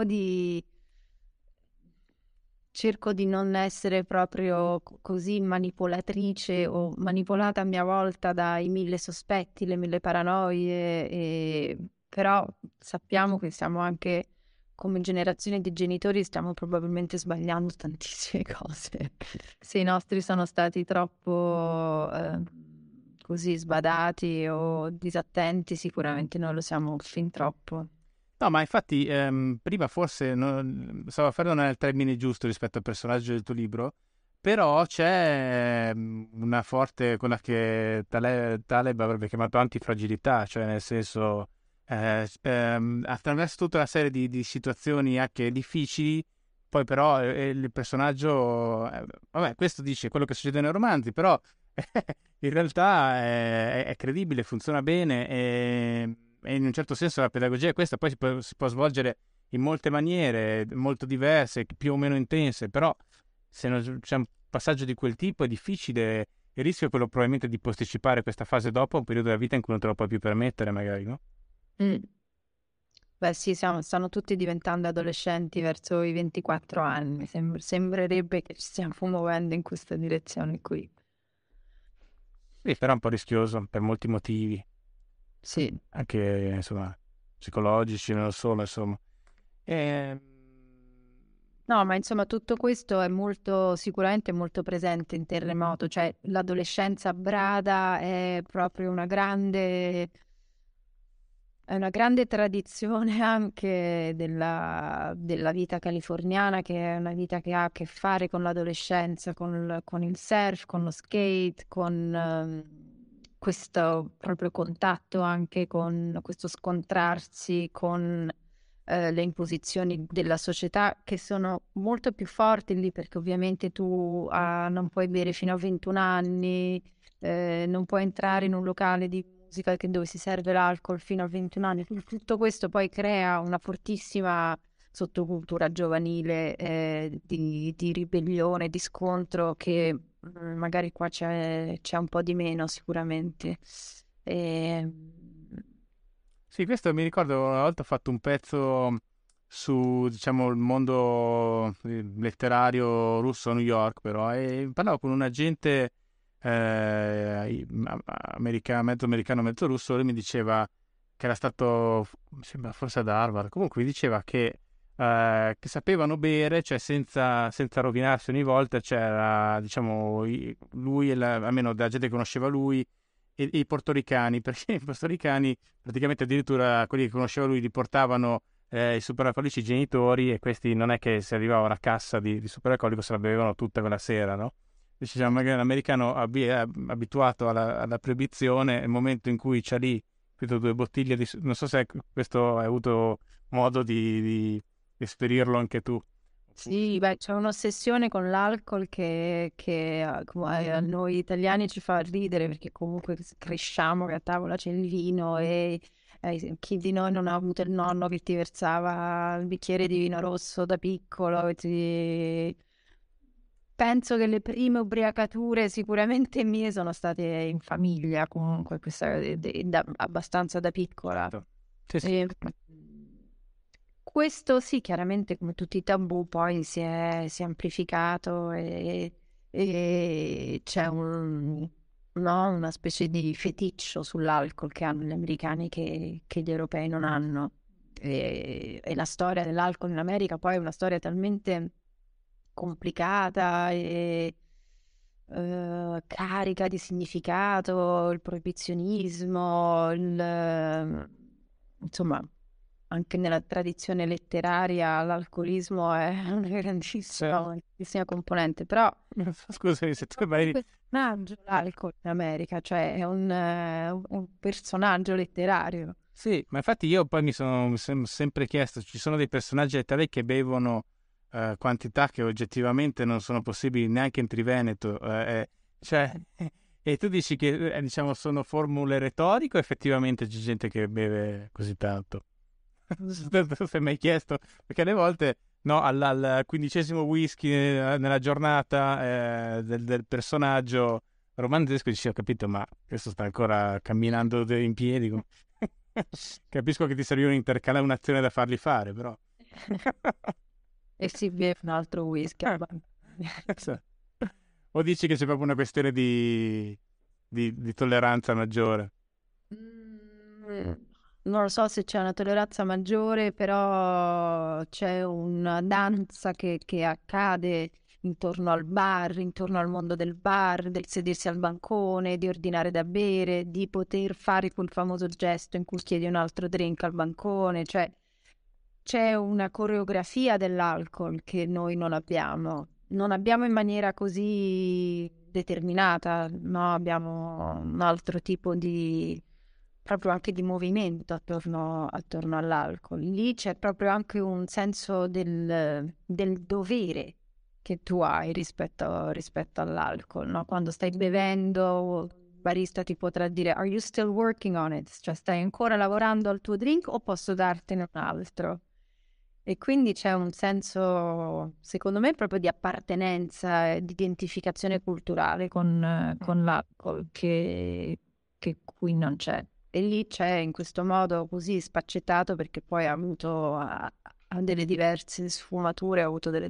cerco di non essere proprio così manipolatrice o manipolata a mia volta dai mille sospetti, le mille paranoie, però sappiamo che siamo anche come generazione di genitori stiamo probabilmente sbagliando tantissime cose. Se i nostri sono stati troppo così sbadati o disattenti, sicuramente noi lo siamo fin troppo. No, ma infatti prima forse stavo afferrando non è il termine giusto rispetto al personaggio del tuo libro, però c'è una forte, quella che Taleb avrebbe chiamato antifragilità, cioè nel senso attraverso tutta una serie di situazioni anche difficili, poi però il personaggio, vabbè, questo dice quello che succede nei romanzi, però in realtà è credibile, funziona bene e in un certo senso la pedagogia è questa, poi si può svolgere in molte maniere, molto diverse, più o meno intense, però se non c'è un passaggio di quel tipo è difficile, il rischio è quello probabilmente di posticipare questa fase dopo un periodo della vita in cui non te lo puoi più permettere magari, no? Mm. Beh sì, stanno tutti diventando adolescenti verso i 24 anni, sembrerebbe che ci stiamo muovendo in questa direzione qui. Sì, però è un po' rischioso per molti motivi, Sì. anche insomma psicologici, non solo, insomma. E... No, ma insomma tutto questo è sicuramente molto presente in Terremoto, cioè l'adolescenza brada è proprio è una grande tradizione anche della vita californiana, che è una vita che ha a che fare con l'adolescenza, con il surf, con lo skate, con questo proprio contatto anche con questo scontrarsi con le imposizioni della società, che sono molto più forti lì, perché ovviamente tu non puoi bere fino a 21 anni, non puoi entrare in un locale di musica dove si serve l'alcol fino a 21 anni. Tutto questo poi crea una fortissima sottocultura giovanile, di ribellione, di scontro, che magari qua c'è un po' di meno sicuramente. E... Sì, questo mi ricordo una volta ho fatto un pezzo su, diciamo, il mondo letterario russo a New York, però, e parlavo con un agente mezzo americano, mezzo russo. Lui mi diceva che era stato, mi sembra forse ad Harvard, comunque mi diceva che sapevano bere, cioè senza rovinarsi ogni volta. C'era, diciamo, lui, almeno della gente che conosceva lui, e i portoricani, perché i portoricani praticamente addirittura quelli che conosceva lui li portavano i superalcolici i genitori, e questi non è che se arrivava una cassa di superalcolico se la bevevano tutta quella sera, no? Diciamo, magari l'americano abituato alla proibizione, nel momento in cui c'ha lì, credo, 2 bottiglie di... Non so se questo hai avuto modo di esperirlo anche tu. Sì, beh, c'è un'ossessione con l'alcol che a noi italiani ci fa ridere, perché comunque cresciamo che a tavola c'è il vino, e chi di noi non ha avuto il nonno che ti versava il bicchiere di vino rosso da piccolo. Penso che le prime ubriacature sicuramente mie sono state in famiglia, comunque, questa abbastanza da piccola. Sì, sì. E questo sì, chiaramente, come tutti i tabù, poi si è amplificato, e c'è una specie di feticcio sull'alcol che hanno gli americani, che gli europei non hanno. E la storia dell'alcol in America poi è una storia talmente complicata e carica di significato, il proibizionismo, insomma, anche nella tradizione letteraria l'alcolismo è una grandissima componente, però Scusami se tu è vai... un personaggio l'alcol in America, cioè è un personaggio letterario. Sì, ma infatti io poi mi sono sempre chiesto, ci sono dei personaggi letterari che bevono quantità che oggettivamente non sono possibili neanche in Triveneto, cioè, e tu dici che diciamo sono formule retoriche, o effettivamente c'è gente che beve così tanto? Non so se ti sei mai chiesto, perché alle volte, no, al 15° whisky nella giornata del personaggio romanzesco dici: ho capito, ma questo sta ancora camminando in piedi. Capisco che ti serviva un'azione da fargli fare, però. E si beve un altro whisky. O dici che c'è proprio una questione di tolleranza maggiore? Non lo so se c'è una tolleranza maggiore, però c'è una danza che accade intorno al bar, intorno al mondo del bar, del sedersi al bancone, di ordinare da bere, di poter fare quel famoso gesto in cui chiedi un altro drink al bancone. Cioè c'è una coreografia dell'alcol che noi non abbiamo. Non abbiamo in maniera così determinata, no? Abbiamo un altro tipo di, proprio anche di movimento attorno all'alcol. Lì c'è proprio anche un senso del dovere che tu hai rispetto all'alcol, no? Quando stai bevendo, il barista ti potrà dire: Are you still working on it? Cioè, stai ancora lavorando al tuo drink o posso dartene un altro? E quindi c'è un senso, secondo me, proprio di appartenenza e di identificazione culturale con l'alcol che qui non c'è. E lì c'è in questo modo così spaccettato, perché poi ha avuto delle diverse sfumature,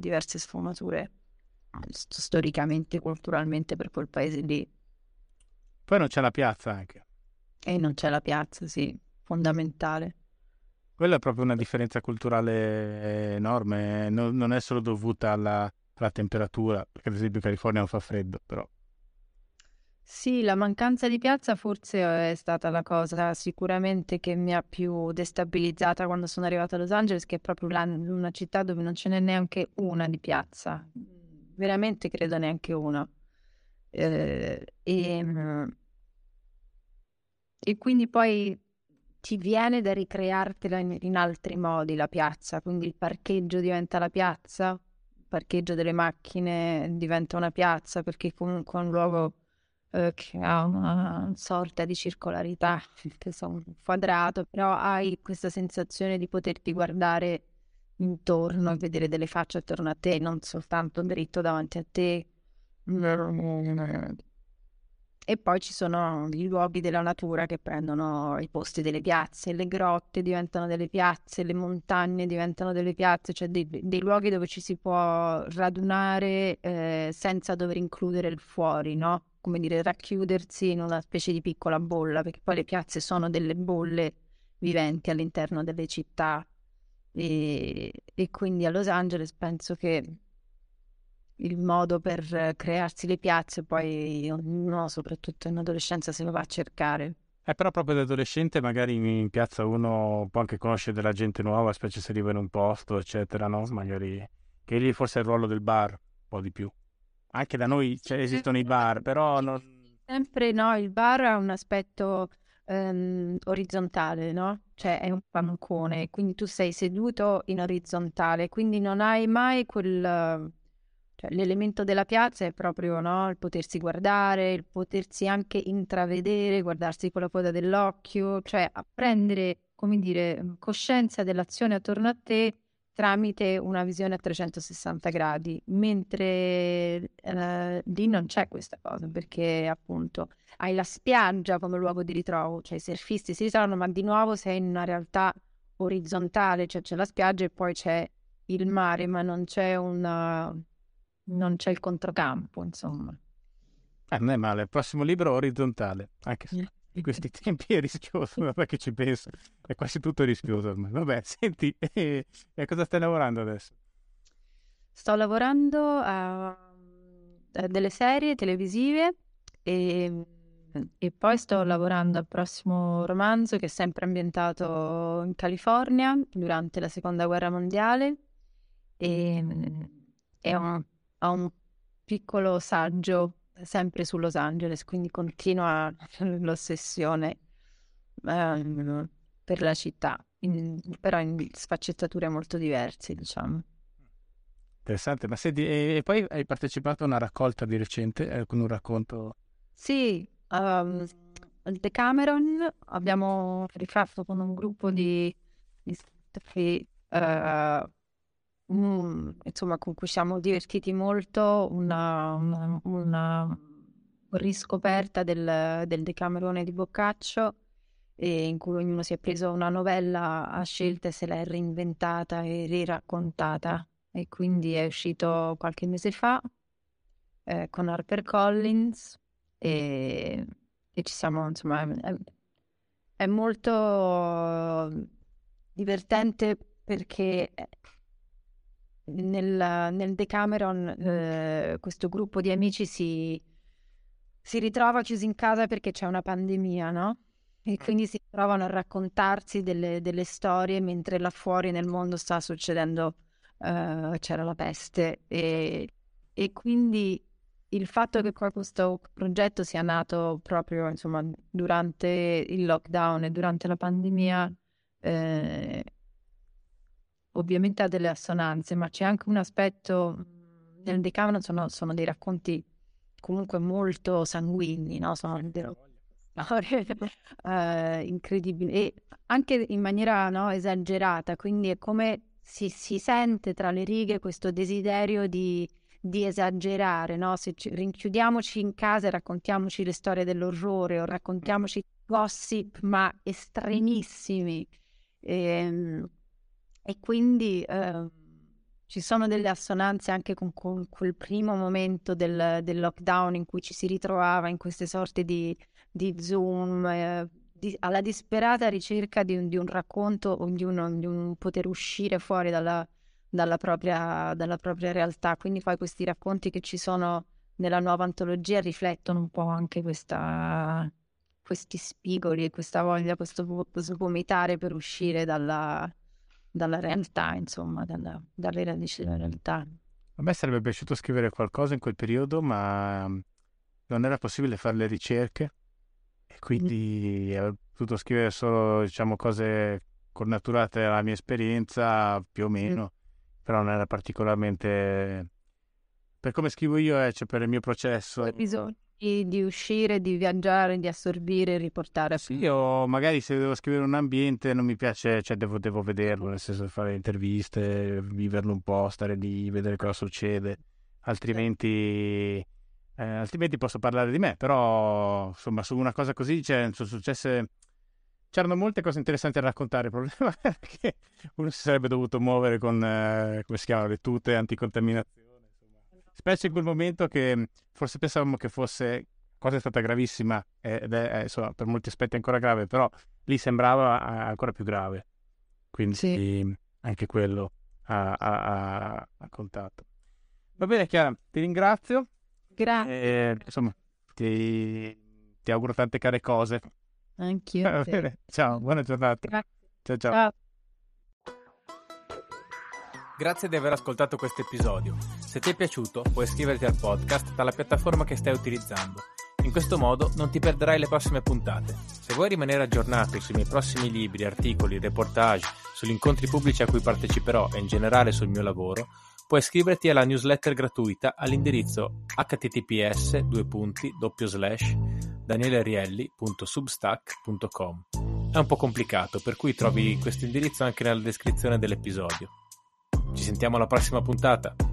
storicamente, culturalmente, per quel paese lì. Poi non c'è la piazza anche. E non c'è la piazza, sì, fondamentale. Quella è proprio una differenza culturale enorme, non è solo dovuta alla temperatura, perché ad esempio in California non fa freddo, però. Sì, la mancanza di piazza forse è stata la cosa sicuramente che mi ha più destabilizzata quando sono arrivata a Los Angeles, che è proprio una città dove non ce n'è neanche una di piazza, veramente credo neanche una. E quindi poi ti viene da ricreartela in altri modi la piazza, quindi il parcheggio diventa la piazza, il parcheggio delle macchine diventa una piazza, perché comunque è un luogo che ha una sorta di circolarità, inteso un quadrato, però hai questa sensazione di poterti guardare intorno e vedere delle facce attorno a te, non soltanto dritto davanti a te. E poi ci sono i luoghi della natura che prendono i posti delle piazze, le grotte diventano delle piazze, le montagne diventano delle piazze, cioè dei luoghi dove ci si può radunare senza dover includere il fuori, no? Come dire, racchiudersi in una specie di piccola bolla, perché poi le piazze sono delle bolle viventi all'interno delle città. E quindi a Los Angeles penso che il modo per crearsi le piazze, poi ognuno, soprattutto in adolescenza, se lo va a cercare. Però proprio da adolescente magari in piazza uno può anche conoscere della gente nuova, specie se arriva in un posto, eccetera, no? Magari che lì forse è il ruolo del bar, un po' di più. Anche da noi esistono i bar, però non... Sempre no, il bar ha un aspetto orizzontale, no? Cioè è un pancone, quindi tu sei seduto in orizzontale, quindi non hai mai quel... Cioè, l'elemento della piazza è proprio, no, il potersi guardare, il potersi anche intravedere, guardarsi con la coda dell'occhio, cioè a prendere, come dire, coscienza dell'azione attorno a te tramite una visione a 360 gradi, mentre lì non c'è questa cosa, perché appunto hai la spiaggia come luogo di ritrovo, cioè i surfisti si ritrovano, ma di nuovo sei in una realtà orizzontale, cioè c'è la spiaggia e poi c'è il mare, ma non c'è non c'è il controcampo, insomma. Non è male, il prossimo libro orizzontale, anche se in questi tempi è rischioso, ma perché ci penso, è quasi tutto rischioso ormai. Vabbè, senti, e cosa stai lavorando adesso? Sto lavorando a delle serie televisive e poi sto lavorando al prossimo romanzo che è sempre ambientato in California durante la Seconda Guerra Mondiale e ha un piccolo saggio sempre su Los Angeles, quindi continua l'ossessione per la città, però in sfaccettature molto diverse, diciamo. Interessante, ma senti, e poi hai partecipato a una raccolta di recente con un racconto... Sì, il Decameron abbiamo rifatto con un gruppo di scrittori, insomma, con cui siamo divertiti molto, una riscoperta del Decamerone di Boccaccio, in cui ognuno si è preso una novella a scelta e se l'è reinventata e riraccontata. E quindi è uscito qualche mese fa con HarperCollins e ci siamo, insomma, è molto divertente perché nel Decameron questo gruppo di amici si ritrova chiusi in casa perché c'è una pandemia, no? E quindi si trovano a raccontarsi delle storie mentre là fuori nel mondo sta succedendo, c'era la peste e quindi il fatto che poi questo progetto sia nato proprio, insomma, durante il lockdown e durante la pandemia, ovviamente ha delle assonanze, ma c'è anche un aspetto nel Decameron sono dei racconti comunque molto sanguigni, no? Sono delle storie incredibili e anche in maniera, no, esagerata, quindi è come si sente tra le righe questo desiderio di esagerare, no? Se rinchiudiamoci in casa e raccontiamoci le storie dell'orrore o raccontiamoci gossip ma estremissimi. E quindi ci sono delle assonanze anche con quel primo momento del lockdown in cui ci si ritrovava in queste sorte di Zoom, alla disperata ricerca di un racconto o di un poter uscire fuori dalla propria realtà. Quindi poi questi racconti che ci sono nella nuova antologia riflettono un po' anche questi spigoli e questa voglia, questo vomitare per uscire dalla realtà, insomma, dalle radici della realtà. A me sarebbe piaciuto scrivere qualcosa in quel periodo, ma non era possibile fare le ricerche e quindi potuto scrivere solo, diciamo, cose connaturate alla mia esperienza, più o meno, però non era particolarmente... Per come scrivo io, cioè per il mio processo. Hai bisogno di uscire, di viaggiare, di assorbire e riportare. Sì, o magari se devo scrivere un ambiente non mi piace, cioè devo vederlo, nel senso di fare interviste, viverlo un po', stare lì, vedere cosa succede, altrimenti posso parlare di me, però insomma su una cosa così sono successe, c'erano molte cose interessanti da raccontare, il problema è che uno si sarebbe dovuto muovere con, come si chiamano, le tute anticontaminazione, specie in quel momento che forse pensavamo che fosse... cosa è stata gravissima ed è insomma, per molti aspetti ancora grave, però lì sembrava ancora più grave, quindi sì, anche quello ha contato. Va bene Chiara, ti ringrazio. Grazie. Insomma, ti auguro tante care cose. Anch'io. Va bene. Ciao, buona giornata. Grazie. Ciao. Grazie di aver ascoltato questo episodio. Se ti è piaciuto, puoi iscriverti al podcast dalla piattaforma che stai utilizzando. In questo modo non ti perderai le prossime puntate. Se vuoi rimanere aggiornato sui miei prossimi libri, articoli, reportage, sugli incontri pubblici a cui parteciperò e in generale sul mio lavoro, puoi iscriverti alla newsletter gratuita all'indirizzo https://danielerielli.substack.com. È un po' complicato, per cui trovi questo indirizzo anche nella descrizione dell'episodio. Ci sentiamo alla prossima puntata.